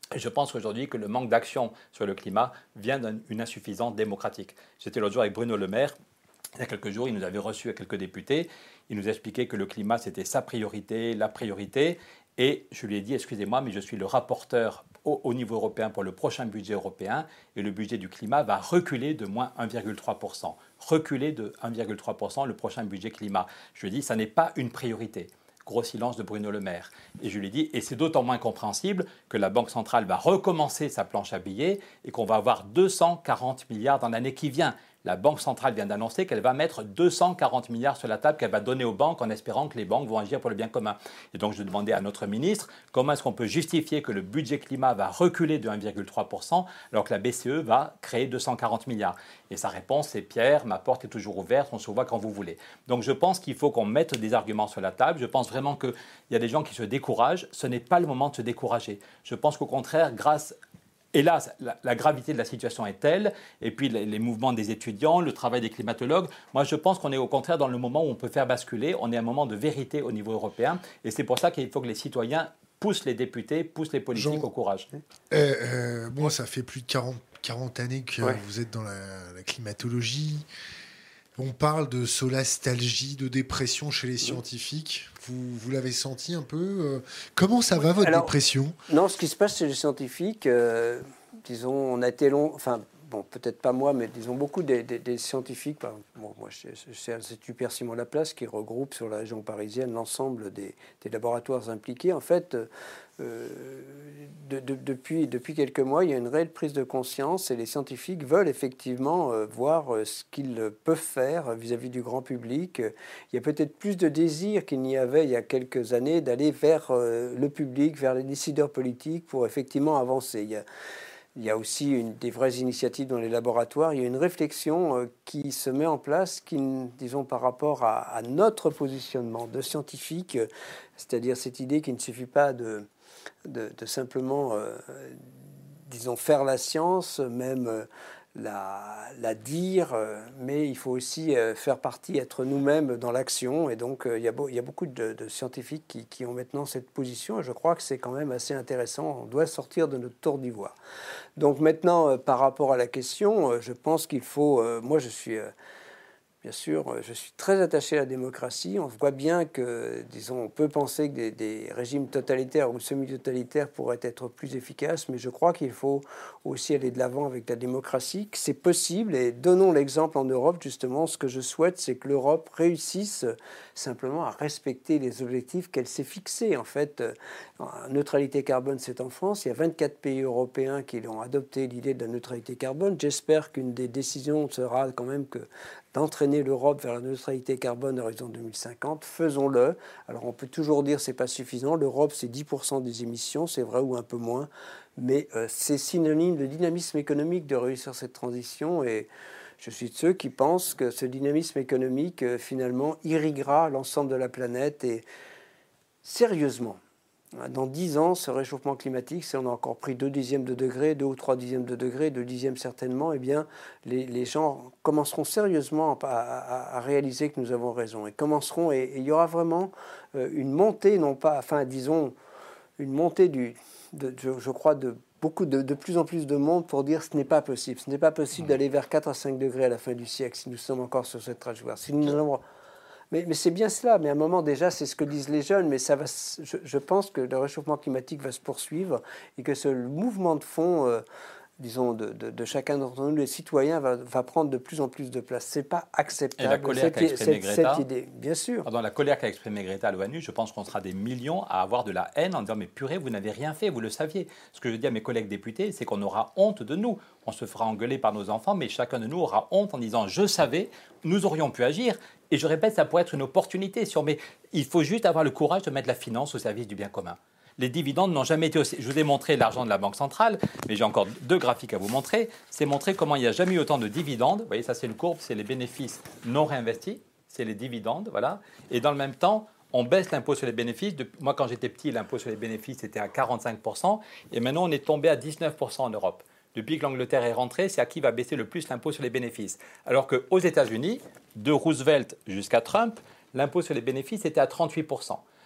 Je pense qu'aujourd'hui que le manque d'action sur le climat vient d'une insuffisance démocratique. J'étais l'autre jour avec Bruno Le Maire. Il y a quelques jours, il nous avait reçus à quelques députés. Il nous expliquait que le climat, c'était sa priorité, la priorité. Et je lui ai dit, excusez-moi, mais je suis le rapporteur au, au niveau européen pour le prochain budget européen. Et le budget du climat va reculer de moins un virgule trois pour cent. Reculer de un virgule trois pour cent le prochain budget climat. Je lui ai dit, ça n'est pas une priorité. Gros silence de Bruno Le Maire. Et je lui ai dit, et c'est d'autant moins compréhensible que la Banque centrale va recommencer sa planche à billets et qu'on va avoir deux cent quarante milliards dans l'année qui vient. La Banque centrale vient d'annoncer qu'elle va mettre deux cent quarante milliards sur la table qu'elle va donner aux banques en espérant que les banques vont agir pour le bien commun. Et donc je demandais à notre ministre comment est-ce qu'on peut justifier que le budget climat va reculer de un virgule trois pour cent alors que la B C E va créer deux cent quarante milliards. Et sa réponse c'est Pierre, ma porte est toujours ouverte, on se voit quand vous voulez. Donc je pense qu'il faut qu'on mette des arguments sur la table. Je pense vraiment qu'il y a des gens qui se découragent. Ce n'est pas le moment de se décourager. Je pense qu'au contraire, grâce Hélas, la, la gravité de la situation est telle, et puis les, les mouvements des étudiants, le travail des climatologues, moi je pense qu'on est au contraire dans le moment où on peut faire basculer, on est à un moment de vérité au niveau européen, et c'est pour ça qu'il faut que les citoyens poussent les députés, poussent les politiques Jean, au courage. Euh, euh, bon, ça fait plus de quarante, quarante années que ouais. vous êtes dans la, la climatologie. On parle de solastalgie, de dépression chez les scientifiques. Vous, vous l'avez senti un peu. Comment ça va, votre Alors, dépression ? Non, ce qui se passe chez les scientifiques, euh, disons, on a été long... Enfin, bon, peut-être pas moi, mais disons beaucoup des, des, des scientifiques. Bon, moi, c'est l'Institut Pierre-Simon Laplace qui regroupe sur la région parisienne l'ensemble des, des laboratoires impliqués. En fait, euh, de, de, depuis, depuis quelques mois, il y a une réelle prise de conscience et les scientifiques veulent effectivement euh, voir euh, ce qu'ils peuvent faire vis-à-vis du grand public. Il y a peut-être plus de désir qu'il n'y avait il y a quelques années d'aller vers euh, le public, vers les décideurs politiques pour effectivement avancer. Il y a, Il y a aussi une, des vraies initiatives dans les laboratoires. Il y a une réflexion euh, qui se met en place, qui, disons, par rapport à, à notre positionnement de scientifique, euh, c'est-à-dire cette idée qu'il ne suffit pas de, de, de simplement, euh, disons, faire la science, même euh, la, la dire, euh, mais il faut aussi euh, faire partie, être nous-mêmes dans l'action. Et donc, euh, il, y a beau, il y a beaucoup de, de scientifiques qui, qui ont maintenant cette position. Et je crois que c'est quand même assez intéressant. On doit sortir de notre tour d'ivoire. Donc maintenant, euh, par rapport à la question, euh, je pense qu'il faut... Euh, moi, je suis... Euh, Bien sûr, je suis très attaché à la démocratie. On voit bien que, disons, on peut penser que des, des régimes totalitaires ou semi-totalitaires pourraient être plus efficaces, mais je crois qu'il faut aussi aller de l'avant avec la démocratie, que c'est possible. Et donnons l'exemple en Europe, justement. Ce que je souhaite, c'est que l'Europe réussisse simplement à respecter les objectifs qu'elle s'est fixés. En fait, la neutralité carbone, c'est en France. Il y a vingt-quatre pays européens qui ont adopté l'idée de la neutralité carbone. J'espère qu'une des décisions sera quand même que d'entraîner l'Europe vers la neutralité carbone à l'horizon deux mille cinquante, faisons-le. Alors on peut toujours dire que ce n'est pas suffisant, l'Europe c'est dix pour cent des émissions, c'est vrai ou un peu moins, mais euh, c'est synonyme de dynamisme économique de réussir cette transition et je suis de ceux qui pensent que ce dynamisme économique euh, finalement irriguera l'ensemble de la planète et sérieusement. Dans dix ans, ce réchauffement climatique, si on a encore pris deux dixièmes de degré, deux ou trois dixièmes de degré, deux dixièmes certainement, eh bien, les, les gens commenceront sérieusement à, à, à réaliser que nous avons raison et commenceront, et, et il y aura vraiment euh, une montée, non pas, enfin, disons, une montée du, de, je, je crois, de beaucoup de, de plus en plus de monde pour dire que ce n'est pas possible. Ce n'est pas possible d'aller vers quatre à cinq degrés à la fin du siècle si nous sommes encore sur cette trajectoire. Si nous avons Mais, mais c'est bien cela. Mais à un moment, déjà, c'est ce que disent les jeunes. Mais ça va, je, je pense que le réchauffement climatique va se poursuivre et que ce mouvement de fond, euh, disons, de, de, de chacun d'entre nous, les citoyens, va, va prendre de plus en plus de place. C'est pas acceptable. Et la colère qu'a exprimée Greta, cette idée, bien sûr. Pardon, la colère qu'a exprimée Greta à l'ONU, je pense qu'on sera des millions à avoir de la haine en disant mais purée, vous n'avez rien fait, vous le saviez. Ce que je dis à mes collègues députés, c'est qu'on aura honte de nous. On se fera engueuler par nos enfants, mais chacun de nous aura honte en disant je savais, nous aurions pu agir. Et je répète, ça pourrait être une opportunité. Sur, mais il faut juste avoir le courage de mettre la finance au service du bien commun. Les dividendes n'ont jamais été aussi... Je vous ai montré l'argent de la Banque centrale, mais j'ai encore deux graphiques à vous montrer. C'est montrer comment il n'y a jamais eu autant de dividendes. Vous voyez, ça c'est une courbe, c'est les bénéfices non réinvestis, c'est les dividendes, voilà. Et dans le même temps, on baisse l'impôt sur les bénéfices. Moi, quand j'étais petit, l'impôt sur les bénéfices était à quarante-cinq pour cent. Et maintenant, on est tombé à dix-neuf pour cent en Europe. Depuis que l'Angleterre est rentrée, c'est à qui va baisser le plus l'impôt sur les bénéfices. Alors qu'aux États-Unis, de Roosevelt jusqu'à Trump, l'impôt sur les bénéfices était à trente-huit pour cent.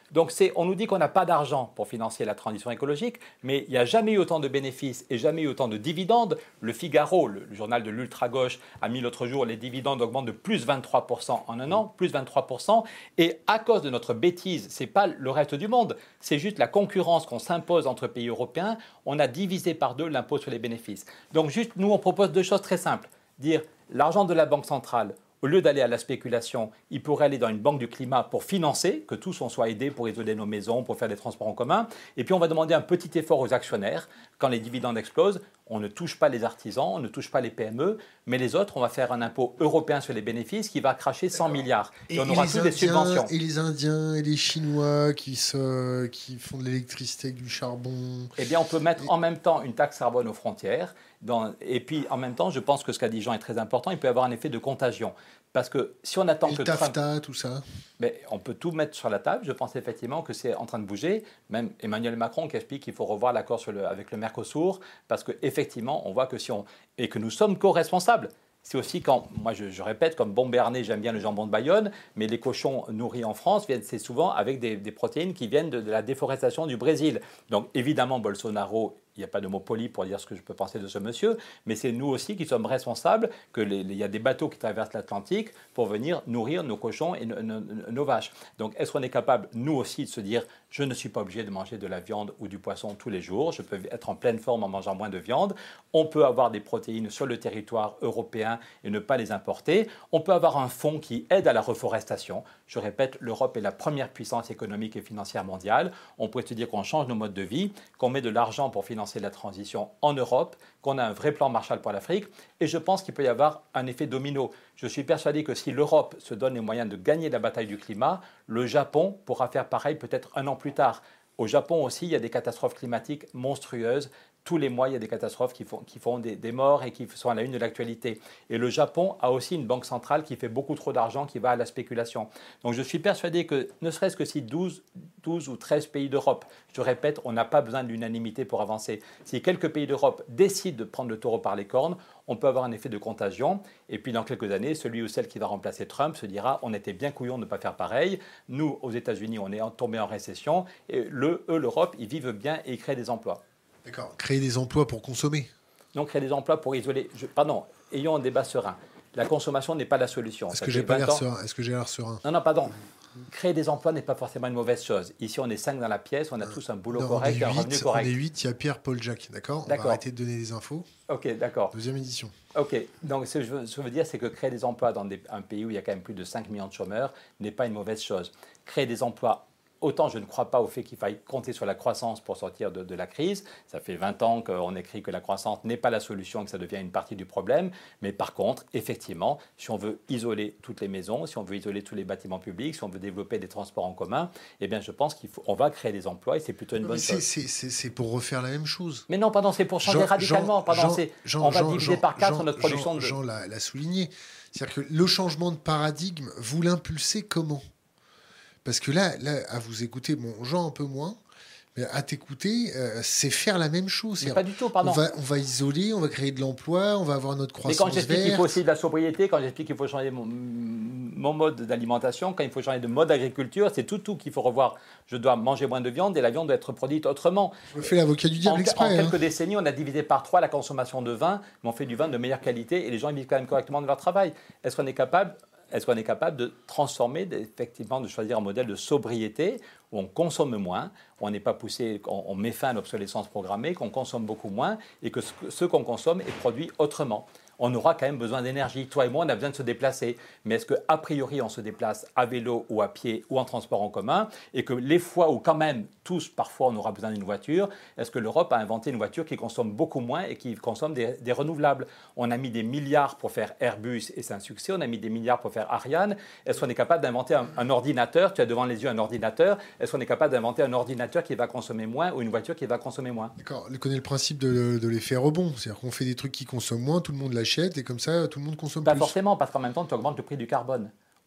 Donc c'est, on nous dit qu'on n'a pas d'argent pour financer la transition écologique, mais il n'y a jamais eu autant de bénéfices et jamais eu autant de dividendes. Le Figaro, le, le journal de l'ultra-gauche, a mis l'autre jour, les dividendes augmentent de plus vingt-trois pour cent en un an, plus vingt-trois pour cent. Et à cause de notre bêtise, ce n'est pas le reste du monde, c'est juste la concurrence qu'on s'impose entre pays européens. On a divisé par deux l'impôt sur les bénéfices. Donc juste, nous, on propose deux choses très simples. Dire l'argent de la Banque centrale, au lieu d'aller à la spéculation, il pourrait aller dans une banque du climat pour financer, que tous on soit aidés pour isoler nos maisons, pour faire des transports en commun. Et puis on va demander un petit effort aux actionnaires. Quand les dividendes explosent, on ne touche pas les artisans, on ne touche pas les P M E, mais les autres, on va faire un impôt européen sur les bénéfices qui va cracher cent milliards. Et, et on aura tous des subventions. Et les Indiens et les Chinois qui, se, qui font de l'électricité avec du charbon. Eh bien, on peut mettre et... en même temps une taxe carbone aux frontières. Dans, et puis, en même temps, je pense que ce qu'a dit Jean est très important, il peut y avoir un effet de contagion. Parce que si on attend et que le TAFTA, Trump... tout ça. Mais on peut tout mettre sur la table. Je pense effectivement que c'est en train de bouger. Même Emmanuel Macron qui explique qu'il faut revoir l'accord sur le, avec le Mercosur, parce qu'effectivement, on voit que si on... et que nous sommes co-responsables. C'est aussi quand, moi je, je répète, comme bon Béarnais, j'aime bien le jambon de Bayonne, mais les cochons nourris en France viennent, c'est souvent avec des, des protéines qui viennent de, de la déforestation du Brésil. Donc évidemment, Bolsonaro, il n'y a pas de mot poli pour dire ce que je peux penser de ce monsieur, mais c'est nous aussi qui sommes responsables qu'il y a des bateaux qui traversent l'Atlantique pour venir nourrir nos cochons et nos, nos, nos vaches. Donc est-ce qu'on est capable, nous aussi, de se dire « je ne suis pas obligé de manger de la viande ou du poisson tous les jours, je peux être en pleine forme en mangeant moins de viande, on peut avoir des protéines sur le territoire européen et ne pas les importer, on peut avoir un fonds qui aide à la reforestation. Je répète, l'Europe est la première puissance économique et financière mondiale. On pourrait se dire qu'on change nos modes de vie, qu'on met de l'argent pour financer la transition en Europe, qu'on a un vrai plan Marshall pour l'Afrique, et je pense qu'il peut y avoir un effet domino. Je suis persuadé que si l'Europe se donne les moyens de gagner la bataille du climat, le Japon pourra faire pareil peut-être un an plus tard. Au Japon aussi, il y a des catastrophes climatiques monstrueuses. Tous les mois, il y a des catastrophes qui font, qui font des, des morts et qui sont à la une de l'actualité. Et le Japon a aussi une banque centrale qui fait beaucoup trop d'argent qui va à la spéculation. Donc je suis persuadé que, ne serait-ce que si douze, douze ou treize pays d'Europe, je répète, on n'a pas besoin de l'unanimité pour avancer. Si quelques pays d'Europe décident de prendre le taureau par les cornes, on peut avoir un effet de contagion. Et puis dans quelques années, celui ou celle qui va remplacer Trump se dira « on était bien couillons de ne pas faire pareil. Nous, aux États-Unis, on est tombé en récession. Et le, eux, l'Europe, ils vivent bien et ils créent des emplois. » D'accord. Créer des emplois pour consommer. Non, créer des emplois pour isoler. Je, pardon, ayons un débat serein. La consommation n'est pas la solution. Est-ce que j'ai pas l'air serein ? Est-ce que j'ai l'air serein ? Non, non, pardon. Créer des emplois n'est pas forcément une mauvaise chose. Ici, on est cinq dans la pièce, on a tous un boulot non, correct et un revenu correct. On est huit, il y a Pierre, Paul, Jacques, d'accord ? On va arrêter de donner des infos. Ok, d'accord. Deuxième édition. Ok, donc ce que je veux, ce que je veux dire, c'est que créer des emplois dans des, un pays où il y a quand même plus de cinq millions de chômeurs n'est pas une mauvaise chose. Créer des emplois... Autant je ne crois pas au fait qu'il faille compter sur la croissance pour sortir de, de la crise. Ça fait vingt ans qu'on écrit que la croissance n'est pas la solution, que ça devient une partie du problème. Mais par contre, effectivement, si on veut isoler toutes les maisons, si on veut isoler tous les bâtiments publics, si on veut développer des transports en commun, eh bien je pense qu'on va créer des emplois et c'est plutôt une bonne mais chose. C'est, c'est, c'est pour refaire la même chose. Mais non, pardon, c'est pour changer Jean, radicalement. Jean, pardon, Jean, c'est, Jean, on va Jean, diviser Jean, par quatre Jean, notre production Jean, de... Jean l'a, l'a souligné. C'est-à-dire que le changement de paradigme, vous l'impulsez comment ? Parce que là, là, à vous écouter, bon, Jean un peu moins, mais à t'écouter, euh, c'est faire la même chose. Mais pas du tout, pardon. On va, on va isoler, on va créer de l'emploi, on va avoir notre croissance verte. Mais quand j'explique qu'il faut aussi de la sobriété, quand j'explique qu'il faut changer mon, mon mode d'alimentation, quand il faut changer de mode d'agriculture, c'est tout, tout qu'il faut revoir. Je dois manger moins de viande et la viande doit être produite autrement. Je me fais l'avocat du diable en, exprès. En hein. quelques décennies, on a divisé par trois la consommation de vin, mais on fait du vin de meilleure qualité et les gens vivent quand même correctement de leur travail. Est-ce qu'on est capable Est-ce qu'on est capable de transformer, effectivement, de choisir un modèle de sobriété où on consomme moins, où on n'est pas poussé, on, on met fin à l'obsolescence programmée, qu'on consomme beaucoup moins et que ce, ce qu'on consomme est produit autrement ? On aura quand même besoin d'énergie. Toi et moi, on a besoin de se déplacer. Mais est-ce qu'a priori, on se déplace à vélo ou à pied ou en transport en commun et que les fois où quand même, tous, parfois, on aura besoin d'une voiture, est-ce que l'Europe a inventé une voiture qui consomme beaucoup moins et qui consomme des, des renouvelables ? On a mis des milliards pour faire Airbus et c'est un succès. On a mis des milliards pour faire Ariane. Est-ce qu'on est capable d'inventer un, un ordinateur ? Tu as devant les yeux un ordinateur. Est-ce qu'on est capable d'inventer un ordinateur qui va consommer moins ou une voiture qui va consommer moins ? D'accord. Je connais le principe de, de l'effet rebond. C'est-à-dire qu'on fait des trucs qui consomment moins, tout le monde l'achète et comme ça, tout le monde consomme Pas plus. forcément, parce qu'en même temps, tu augmentes le prix du carbone.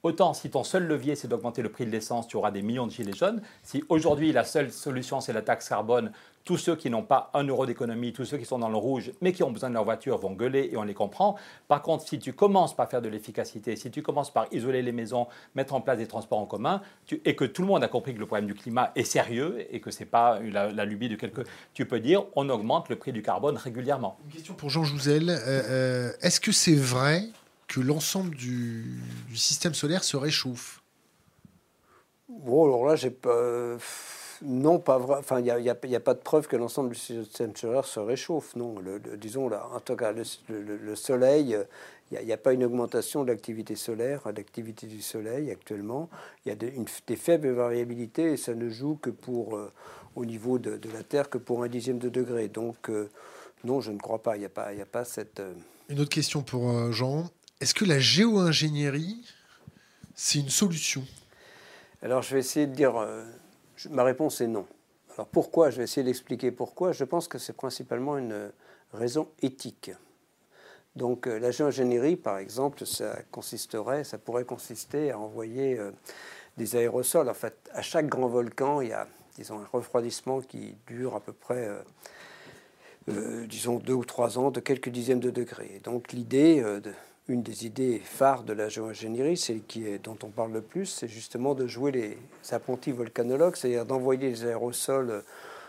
Autant si ton seul levier c'est d'augmenter le prix de l'essence, tu auras des millions de gilets jaunes. Si aujourd'hui la seule solution c'est la taxe carbone, tous ceux qui n'ont pas un euro d'économie, tous ceux qui sont dans le rouge mais qui ont besoin de leur voiture vont gueuler et on les comprend. Par contre, si tu commences par faire de l'efficacité, si tu commences par isoler les maisons, mettre en place des transports en commun tu, et que tout le monde a compris que le problème du climat est sérieux et que ce n'est pas la, la lubie de quelques... Tu peux dire on augmente le prix du carbone régulièrement. Une question pour Jean Jouzel. Euh, euh, est-ce que c'est vrai que l'ensemble du, du système solaire se réchauffe? Bon, alors là, j'ai pas... Non, pas vrai. Enfin, il n'y a, y a, y a pas de preuve que l'ensemble du système solaire se réchauffe. Non, le, le, disons là, en tout cas, le, le, le soleil, il n'y a, a pas une augmentation de l'activité solaire, de l'activité du soleil actuellement. Il y a de, une, des faibles variabilités et ça ne joue que pour, euh, au niveau de, de la Terre, que pour un dixième de degré. Donc, euh, non, je ne crois pas. Il n'y a pas, y a pas cette. Euh... Une autre question pour euh, Jean. Est-ce que la géo-ingénierie, c'est une solution? Alors, je vais essayer de dire... Euh, je, ma réponse est non. Alors, pourquoi? Je vais essayer d'expliquer pourquoi. Je pense que c'est principalement une raison éthique. Donc, euh, la géo-ingénierie, par exemple, ça consisterait, ça pourrait consister à envoyer euh, des aérosols. En fait, à chaque grand volcan, il y a, disons, un refroidissement qui dure à peu près... Euh, Euh, disons deux ou trois ans, de quelques dixièmes de degrés. Donc l'idée, euh, de, une des idées phares de la géo-ingénierie, c'est qui est, dont on parle le plus, c'est justement de jouer les apprentis volcanologues, c'est-à-dire d'envoyer les aérosols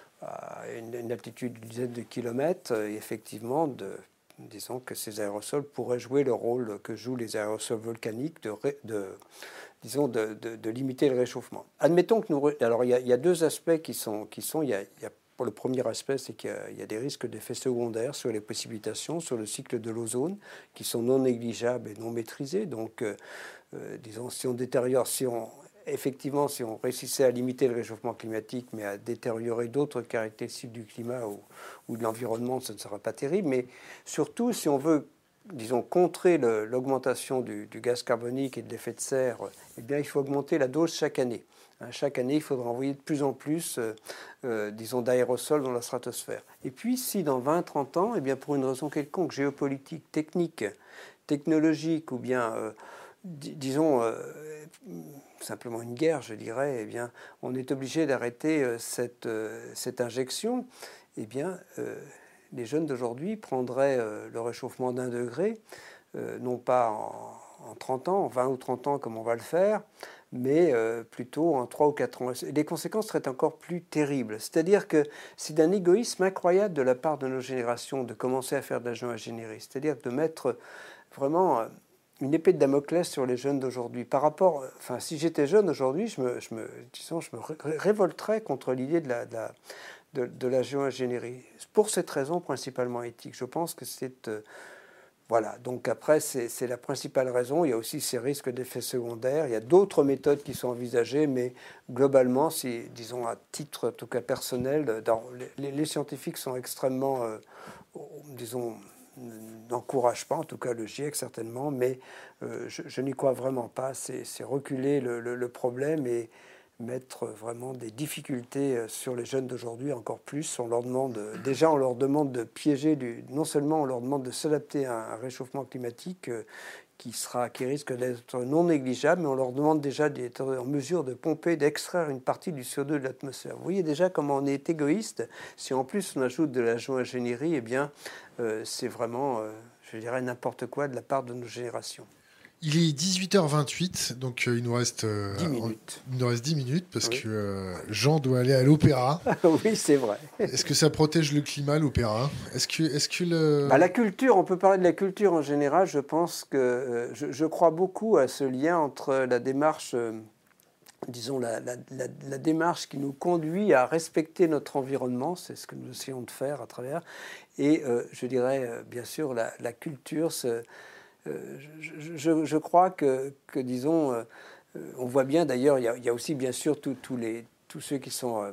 à une, une altitude d'une dizaine de kilomètres, et effectivement, de, disons que ces aérosols pourraient jouer le rôle que jouent les aérosols volcaniques de, de disons, de, de, de limiter le réchauffement. Admettons que nous... Alors, il y a, il y a deux aspects qui sont... Qui sont il y a, il y a Pour le premier aspect, c'est qu'il y, y a des risques d'effets secondaires sur les précipitations, sur le cycle de l'ozone, qui sont non négligeables et non maîtrisés. Donc, euh, euh, disons, si on détériore, si on, effectivement, si on réussissait à limiter le réchauffement climatique, mais à détériorer d'autres caractéristiques du climat ou, ou de l'environnement, ça ne sera pas terrible. Mais surtout, si on veut, disons, contrer le, l'augmentation du, du gaz carbonique et de l'effet de serre, eh bien, il faut augmenter la dose chaque année. Chaque année, il faudra envoyer de plus en plus, euh, euh, disons, d'aérosols dans la stratosphère. Et puis, si dans vingt à trente ans, eh bien, pour une raison quelconque, géopolitique, technique, technologique, ou bien, euh, dis- disons, euh, simplement une guerre, je dirais, eh bien, on est obligé d'arrêter euh, cette, euh, cette injection, eh bien, euh, les jeunes d'aujourd'hui prendraient euh, le réchauffement d'un degré, euh, non pas en, en trente ans, en vingt ou trente ans comme on va le faire, mais euh, plutôt en trois ou quatre ans. Les conséquences seraient encore plus terribles. C'est-à-dire que c'est d'un égoïsme incroyable de la part de nos générations de commencer à faire de la géo-ingénierie. C'est-à-dire de mettre vraiment une épée de Damoclès sur les jeunes d'aujourd'hui. Par rapport, enfin, si j'étais jeune aujourd'hui, je me, je me, disons, je me ré- révolterais contre l'idée de la, de la, de, de la géo-ingénierie. Pour cette raison principalement éthique. Je pense que c'est... Euh, Voilà, donc après, c'est, c'est la principale raison. Il y a aussi ces risques d'effets secondaires. Il y a d'autres méthodes qui sont envisagées, mais globalement, si, disons à titre en tout cas personnel, dans, les, les scientifiques sont extrêmement, euh, disons, n'encouragent pas, en tout cas le GIEC certainement, mais euh, je, je n'y crois vraiment pas. C'est, c'est reculer le, le, le problème et mettre vraiment des difficultés sur les jeunes d'aujourd'hui encore plus. On leur demande, déjà on leur demande de piéger, du, non seulement on leur demande de s'adapter à un réchauffement climatique euh, qui, sera, qui risque d'être non négligeable, mais on leur demande déjà d'être en mesure de pomper, d'extraire une partie du C O deux de l'atmosphère. Vous voyez déjà comment on est égoïste. Si en plus on ajoute de la géo-ingénierie, eh bien euh, c'est vraiment, euh, je dirais, n'importe quoi de la part de nos générations. Il est dix-huit heures vingt-huit, donc euh, il nous reste euh, dix minutes. Il nous reste dix minutes parce oui. que euh, Jean doit aller à l'opéra. Oui, c'est vrai. Est-ce que ça protège le climat, l'opéra? Est-ce que, est-ce que le... bah, la culture, on peut parler de la culture en général. Je pense que euh, je, je crois beaucoup à ce lien entre la démarche, euh, disons la, la, la, la démarche qui nous conduit à respecter notre environnement, c'est ce que nous essayons de faire à travers, et euh, je dirais euh, bien sûr la, la culture. Ce, Euh, je, je, je crois que, que disons, euh, on voit bien d'ailleurs, il y a, il y a aussi bien sûr tous tout les, tous ceux qui sont euh,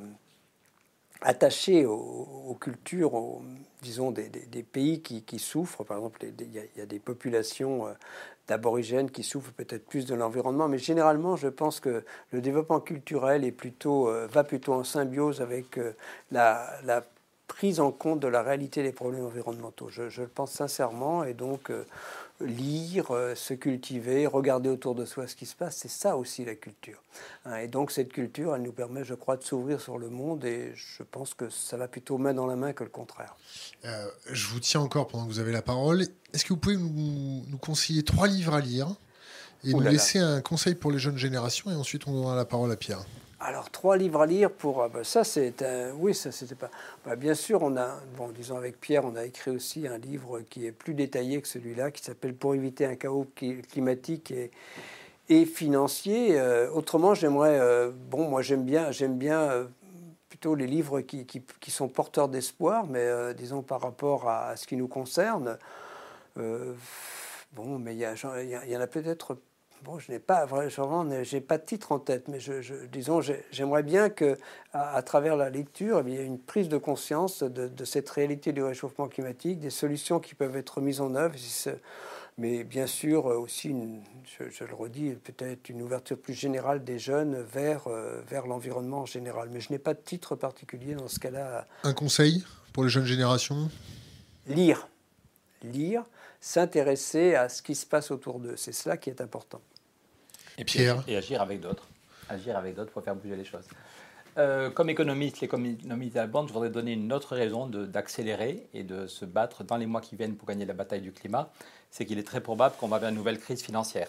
attachés aux, aux cultures, aux, disons, des, des, des pays qui, qui souffrent. Par exemple, les, des, il, y a, il y a des populations euh, d'aborigènes qui souffrent peut-être plus de l'environnement, mais généralement, je pense que le développement culturel est plutôt, euh, va plutôt en symbiose avec euh, la, la prise en compte de la réalité des problèmes environnementaux. Je, je le pense sincèrement, et donc... Euh, lire, euh, se cultiver, regarder autour de soi ce qui se passe. C'est ça aussi la culture. Hein, et donc cette culture, elle nous permet, je crois, de s'ouvrir sur le monde et je pense que ça va plutôt main dans la main que le contraire. Euh, je vous tiens encore pendant que vous avez la parole. Est-ce que vous pouvez nous, nous conseiller trois livres à lire et Ouh nous là là. laisser un conseil pour les jeunes générations et ensuite on donnera la parole à Pierre. Alors, trois livres à lire pour... ah ben, ça, c'est un... Oui, ça, c'était pas... Ben, bien sûr, on a... Bon, disons, avec Pierre, on a écrit aussi un livre qui est plus détaillé que celui-là, qui s'appelle « Pour éviter un chaos climatique et, et financier ». Euh, autrement, j'aimerais... Euh, bon, moi, j'aime bien, j'aime bien euh, plutôt les livres qui, qui, qui sont porteurs d'espoir, mais euh, disons, par rapport à, à ce qui nous concerne. Euh, bon, mais il y, y, y en a peut-être... Bon, je n'ai pas vraiment, j'ai pas de titre en tête, mais je, je, disons, j'aimerais bien que, à, à travers la lecture, il y ait une prise de conscience de, de cette réalité du réchauffement climatique, des solutions qui peuvent être mises en œuvre, mais bien sûr aussi, une, je, je le redis, peut-être une ouverture plus générale des jeunes vers, euh, vers l'environnement en général. Mais je n'ai pas de titre particulier dans ce cas-là. Un conseil pour les jeunes générations ? Lire, lire, s'intéresser à ce qui se passe autour d'eux, c'est cela qui est important. Et, puis, Pierre. et agir avec d'autres. Agir avec d'autres pour faire bouger les choses. Euh, comme économiste, l'économiste allemande, je voudrais donner une autre raison d'accélérer et de se battre dans les mois qui viennent pour gagner la bataille du climat. C'est qu'il est très probable qu'on va vers une nouvelle crise financière.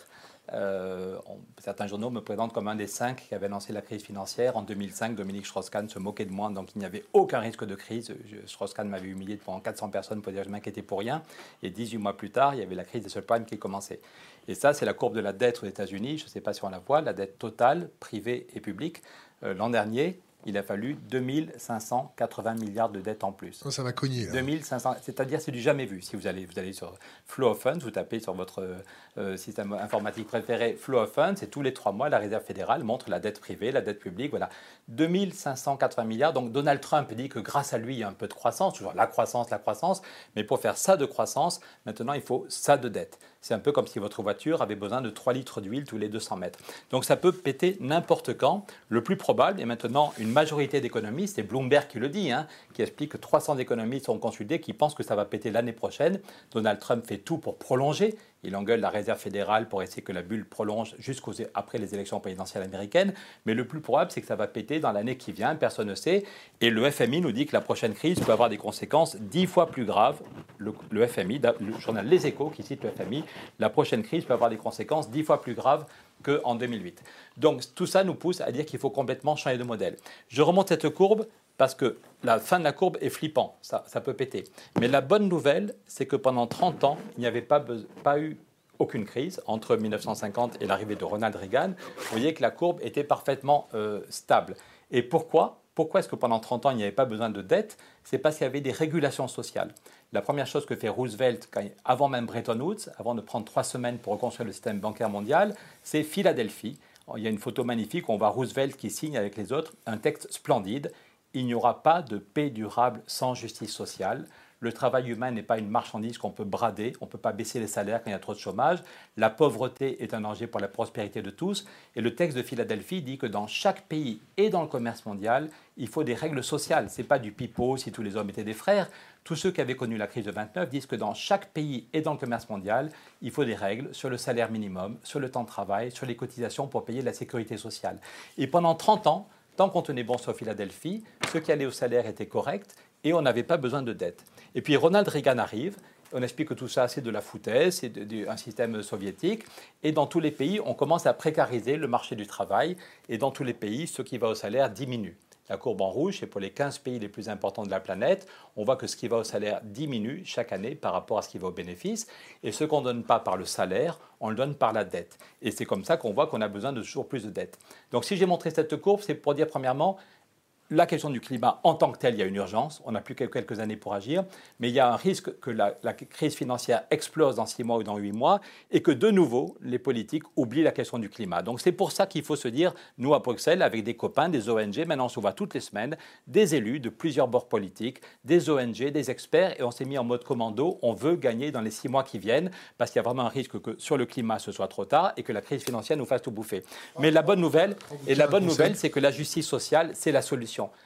Euh, on, certains journaux me présentent comme un des cinq qui avait lancé la crise financière. En deux mille cinq, Dominique Strauss-Kahn se moquait de moi, donc il n'y avait aucun risque de crise. Strauss-Kahn m'avait humilié devant quatre cents personnes pour dire que je m'inquiétais pour rien. Et dix-huit mois plus tard, il y avait la crise des subprimes qui commençait. Et ça, c'est la courbe de la dette aux États-Unis. Je ne sais pas si on la voit, la dette totale, privée et publique. Euh, L'an dernier, il a fallu deux mille cinq cent quatre-vingts milliards de dettes en plus. Oh, ça va cogner. Là. deux mille cinq cents, c'est-à-dire c'est du jamais vu. Si vous allez, vous allez sur Flow of Funds, vous tapez sur votre euh, système informatique préféré Flow of Funds, et tous les trois mois, la Réserve fédérale montre la dette privée, la dette publique. Voilà, deux mille cinq cent quatre-vingts milliards. Donc Donald Trump dit que grâce à lui, il y a un peu de croissance, toujours la croissance, la croissance. Mais pour faire ça de croissance, maintenant, il faut ça de dette. C'est un peu comme si votre voiture avait besoin de trois litres d'huile tous les deux cents mètres. Donc ça peut péter n'importe quand. Le plus probable, et maintenant une majorité d'économistes, c'est Bloomberg qui le dit, hein, qui explique que trois cents économistes sont consultés, qui pensent que ça va péter l'année prochaine. Donald Trump fait tout pour prolonger. Il engueule la Réserve fédérale pour essayer que la bulle prolonge jusqu'après les élections présidentielles américaines. Mais le plus probable, c'est que ça va péter dans l'année qui vient. Personne ne sait. Et le F M I nous dit que la prochaine crise peut avoir des conséquences dix fois plus graves. Le, le F M I, le journal Les Échos, qui cite le F M I, la prochaine crise peut avoir des conséquences dix fois plus graves qu'en deux mille huit. Donc tout ça nous pousse à dire qu'il faut complètement changer de modèle. Je remonte cette courbe parce que la fin de la courbe est flippant, ça, ça peut péter. Mais la bonne nouvelle, c'est que pendant trente ans, il n'y avait pas, pas eu aucune crise entre mille neuf cent cinquante et l'arrivée de Ronald Reagan. Vous voyez que la courbe était parfaitement euh, stable. Et pourquoi ? Pourquoi est-ce que pendant trente ans, il n'y avait pas besoin de dette ? C'est parce qu'il y avait des régulations sociales. La première chose que fait Roosevelt, quand, avant même Bretton Woods, avant de prendre trois semaines pour reconstruire le système bancaire mondial, c'est Philadelphie. Il y a une photo magnifique où on voit Roosevelt qui signe avec les autres un texte splendide. Il n'y aura pas de paix durable sans justice sociale. Le travail humain n'est pas une marchandise qu'on peut brader. On ne peut pas baisser les salaires quand il y a trop de chômage. La pauvreté est un danger pour la prospérité de tous. Et le texte de Philadelphie dit que dans chaque pays et dans le commerce mondial, il faut des règles sociales. Ce n'est pas du pipeau si tous les hommes étaient des frères. Tous ceux qui avaient connu la crise de vingt-neuf disent que dans chaque pays et dans le commerce mondial, il faut des règles sur le salaire minimum, sur le temps de travail, sur les cotisations pour payer la sécurité sociale. Et pendant trente ans, tant qu'on tenait bon sur Philadelphie, ceux qui allaient au salaire étaient corrects et on n'avait pas besoin de dette. Et puis Ronald Reagan arrive, on explique que tout ça c'est de la foutaise, c'est de, de, un système soviétique, et dans tous les pays on commence à précariser le marché du travail, et dans tous les pays ce qui va au salaire diminue. La courbe en rouge, c'est pour les quinze pays les plus importants de la planète. On voit que ce qui va au salaire diminue chaque année par rapport à ce qui va au bénéfice. Et ce qu'on ne donne pas par le salaire, on le donne par la dette. Et c'est comme ça qu'on voit qu'on a besoin de toujours plus de dettes. Donc si j'ai montré cette courbe, c'est pour dire premièrement, la question du climat en tant que telle, il y a une urgence. On n'a plus que quelques années pour agir. Mais il y a un risque que la, la crise financière explose dans six mois ou dans huit mois et que de nouveau, les politiques oublient la question du climat. Donc c'est pour ça qu'il faut se dire, nous à Bruxelles, avec des copains, des O N G, maintenant on se voit toutes les semaines, des élus de plusieurs bords politiques, des O N G, des experts, et on s'est mis en mode commando. On veut gagner dans les six mois qui viennent parce qu'il y a vraiment un risque que sur le climat ce soit trop tard et que la crise financière nous fasse tout bouffer. Mais la bonne nouvelle, et la bonne nouvelle, c'est que la justice sociale, c'est la solution.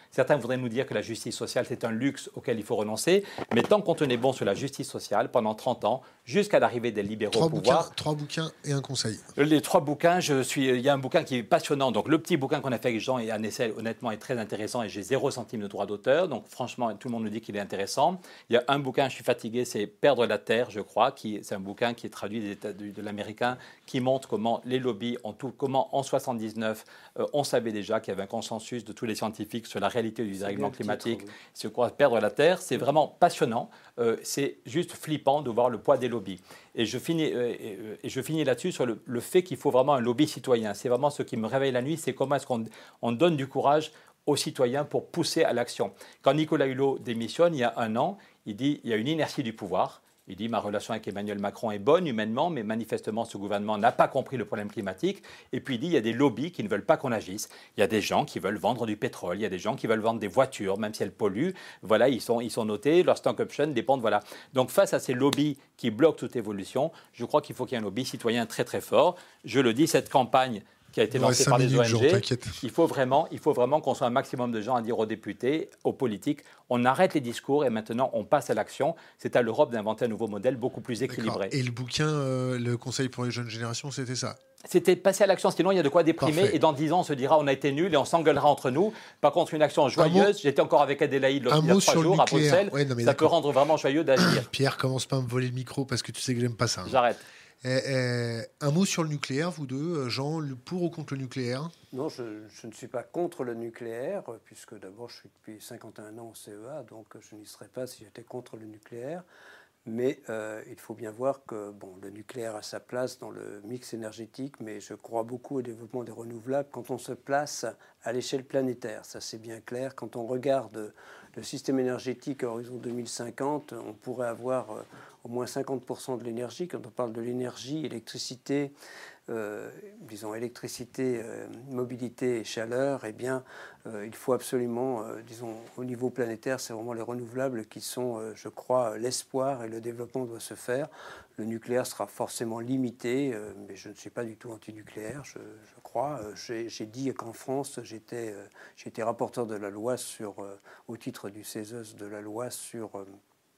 Certains voudraient nous dire que la justice sociale, c'est un luxe auquel il faut renoncer. Mais tant qu'on tenait bon sur la justice sociale, pendant trente ans, jusqu'à l'arrivée des libéraux trois au pouvoir... Bouquins, trois bouquins et un conseil. Les trois bouquins, je suis, il y a un bouquin qui est passionnant. Donc, le petit bouquin qu'on a fait avec Jean et Anne Essel, honnêtement, est très intéressant et j'ai zéro centime de droit d'auteur. Donc, franchement, tout le monde nous dit qu'il est intéressant. Il y a un bouquin, je suis fatigué, c'est Perdre la Terre, je crois. Qui, c'est un bouquin qui est traduit des États, de, de l'américain, qui montre comment les lobbies, ont tout, comment en soixante-dix-neuf, euh, on savait déjà qu'il y avait un consensus de tous les scientifiques sur la réalité du dérèglement climatique. Titre, oui. C'est quoi Perdre la Terre, c'est vraiment passionnant. Euh, c'est juste flippant de voir le poids des lobbies. Et je finis, euh, et, et je finis là-dessus sur le, le fait qu'il faut vraiment un lobby citoyen. C'est vraiment ce qui me réveille la nuit, c'est comment est-ce qu'on on donne du courage aux citoyens pour pousser à l'action. Quand Nicolas Hulot démissionne, il y a un an, il dit il y a une inertie du pouvoir. Il dit ma relation avec Emmanuel Macron est bonne humainement, mais manifestement ce gouvernement n'a pas compris le problème climatique. Et puis il dit il y a des lobbies qui ne veulent pas qu'on agisse. Il y a des gens qui veulent vendre du pétrole, il y a des gens qui veulent vendre des voitures, même si elles polluent. Voilà, ils sont, ils sont notés, leurs stock options dépendent. Voilà. Donc face à ces lobbies qui bloquent toute évolution, je crois qu'il faut qu'il y ait un lobby citoyen très très fort. Je le dis, cette campagne qui a été lancée par les O N G, il faut vraiment, il faut vraiment qu'on soit un maximum de gens à dire aux députés, aux politiques, on arrête les discours et maintenant on passe à l'action. C'est à l'Europe d'inventer un nouveau modèle beaucoup plus équilibré. Et le bouquin, euh, le Conseil pour les jeunes générations, c'était ça? C'était passer à l'action, sinon il y a de quoi déprimer. Parfait. Et dans dix ans, on se dira on a été nuls et on s'engueulera entre nous. Par contre, une action joyeuse, j'étais encore avec Adélaïde l'autre il y a trois jours à Bruxelles, ouais, non, ça peut rendre vraiment joyeux d'agir. Pierre, commence pas à me voler le micro parce que tu sais que j'aime pas ça. Hein. J'arrête. Eh, eh, un mot sur le nucléaire, vous deux, Jean, pour ou contre le nucléaire? Non, je, je ne suis pas contre le nucléaire, puisque d'abord je suis depuis cinquante et un ans au C E A, donc je n'y serais pas si j'étais contre le nucléaire. Mais euh, il faut bien voir que bon, le nucléaire a sa place dans le mix énergétique, mais je crois beaucoup au développement des renouvelables quand on se place à l'échelle planétaire. Ça, c'est bien clair. Quand on regarde le système énergétique à horizon deux mille cinquante, on pourrait avoir euh, au moins cinquante pour cent de l'énergie. Quand on parle de l'énergie, électricité, euh, disons électricité, euh, mobilité et chaleur, eh bien, euh, il faut absolument, euh, disons, au niveau planétaire, c'est vraiment les renouvelables qui sont, euh, je crois, l'espoir et le développement doit se faire. Le nucléaire sera forcément limité, euh, mais je ne suis pas du tout anti-nucléaire, je, je crois. Euh, j'ai, j'ai dit qu'en France, j'étais, euh, j'étais rapporteur de la loi sur, euh, au titre du C E S E S, de la loi sur... Euh,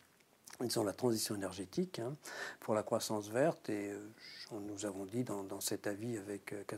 disons la transition énergétique hein, pour la croissance verte et euh, nous avons dit dans, dans cet avis avec, euh,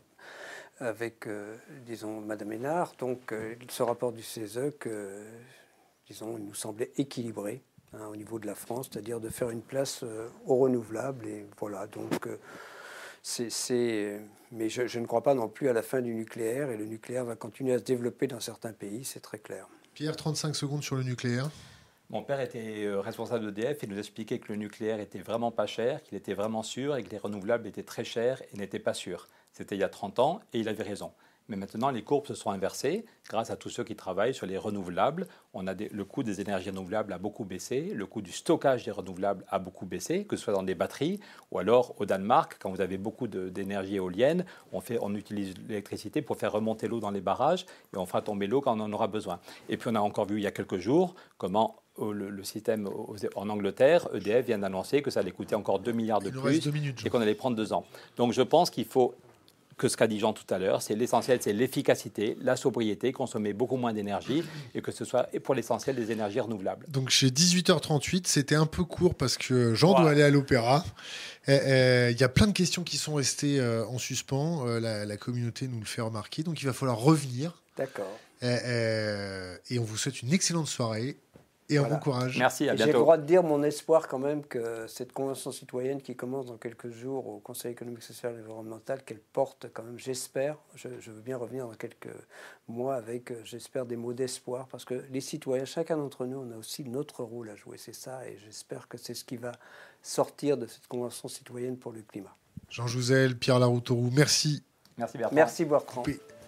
avec euh, disons Madame Hénard, donc euh, ce rapport du C E S E que disons il nous semblait équilibré hein, au niveau de la France, c'est-à-dire de faire une place euh, aux renouvelables et voilà donc euh, c'est, c'est mais je, je ne crois pas non plus à la fin du nucléaire et le nucléaire va continuer à se développer dans certains pays, c'est très clair. Pierre, trente-cinq secondes sur le nucléaire. Mon père était responsable d'E D F et nous expliquait que le nucléaire était vraiment pas cher, qu'il était vraiment sûr et que les renouvelables étaient très chers et n'étaient pas sûrs. C'était il y a trente ans et il avait raison. Mais maintenant, les courbes se sont inversées grâce à tous ceux qui travaillent sur les renouvelables. On a des, le coût des énergies renouvelables a beaucoup baissé, le coût du stockage des renouvelables a beaucoup baissé, que ce soit dans des batteries ou alors au Danemark, quand vous avez beaucoup de, d'énergie éolienne, on, fait, on utilise l'électricité pour faire remonter l'eau dans les barrages et on fera tomber l'eau quand on en aura besoin. Et puis on a encore vu il y a quelques jours comment le, le système en Angleterre, E D F vient d'annoncer que ça allait coûter encore deux milliards de il plus minutes, et qu'on allait prendre deux ans. Donc je pense qu'il faut... que ce qu'a dit Jean tout à l'heure, c'est l'essentiel, c'est l'efficacité, la sobriété, consommer beaucoup moins d'énergie et que ce soit et pour l'essentiel des énergies renouvelables. Donc chez dix-huit heures trente-huit, c'était un peu court parce que Jean wow. doit aller à l'opéra. Il eh, eh, y a plein de questions qui sont restées euh, en suspens. Euh, la, la communauté nous le fait remarquer. Donc il va falloir revenir. D'accord. Eh, eh, et on vous souhaite une excellente soirée. Et un voilà. bon courage. Merci, à bientôt. J'ai le droit de dire mon espoir quand même que cette convention citoyenne qui commence dans quelques jours au Conseil économique, social et environnemental, qu'elle porte quand même, j'espère, je, je veux bien revenir dans quelques mois avec, j'espère, des mots d'espoir, parce que les citoyens, chacun d'entre nous, on a aussi notre rôle à jouer, c'est ça, et j'espère que c'est ce qui va sortir de cette convention citoyenne pour le climat. Jean Jouzel, Pierre Laroutourou, merci. Merci Bertrand. Merci Bertrand.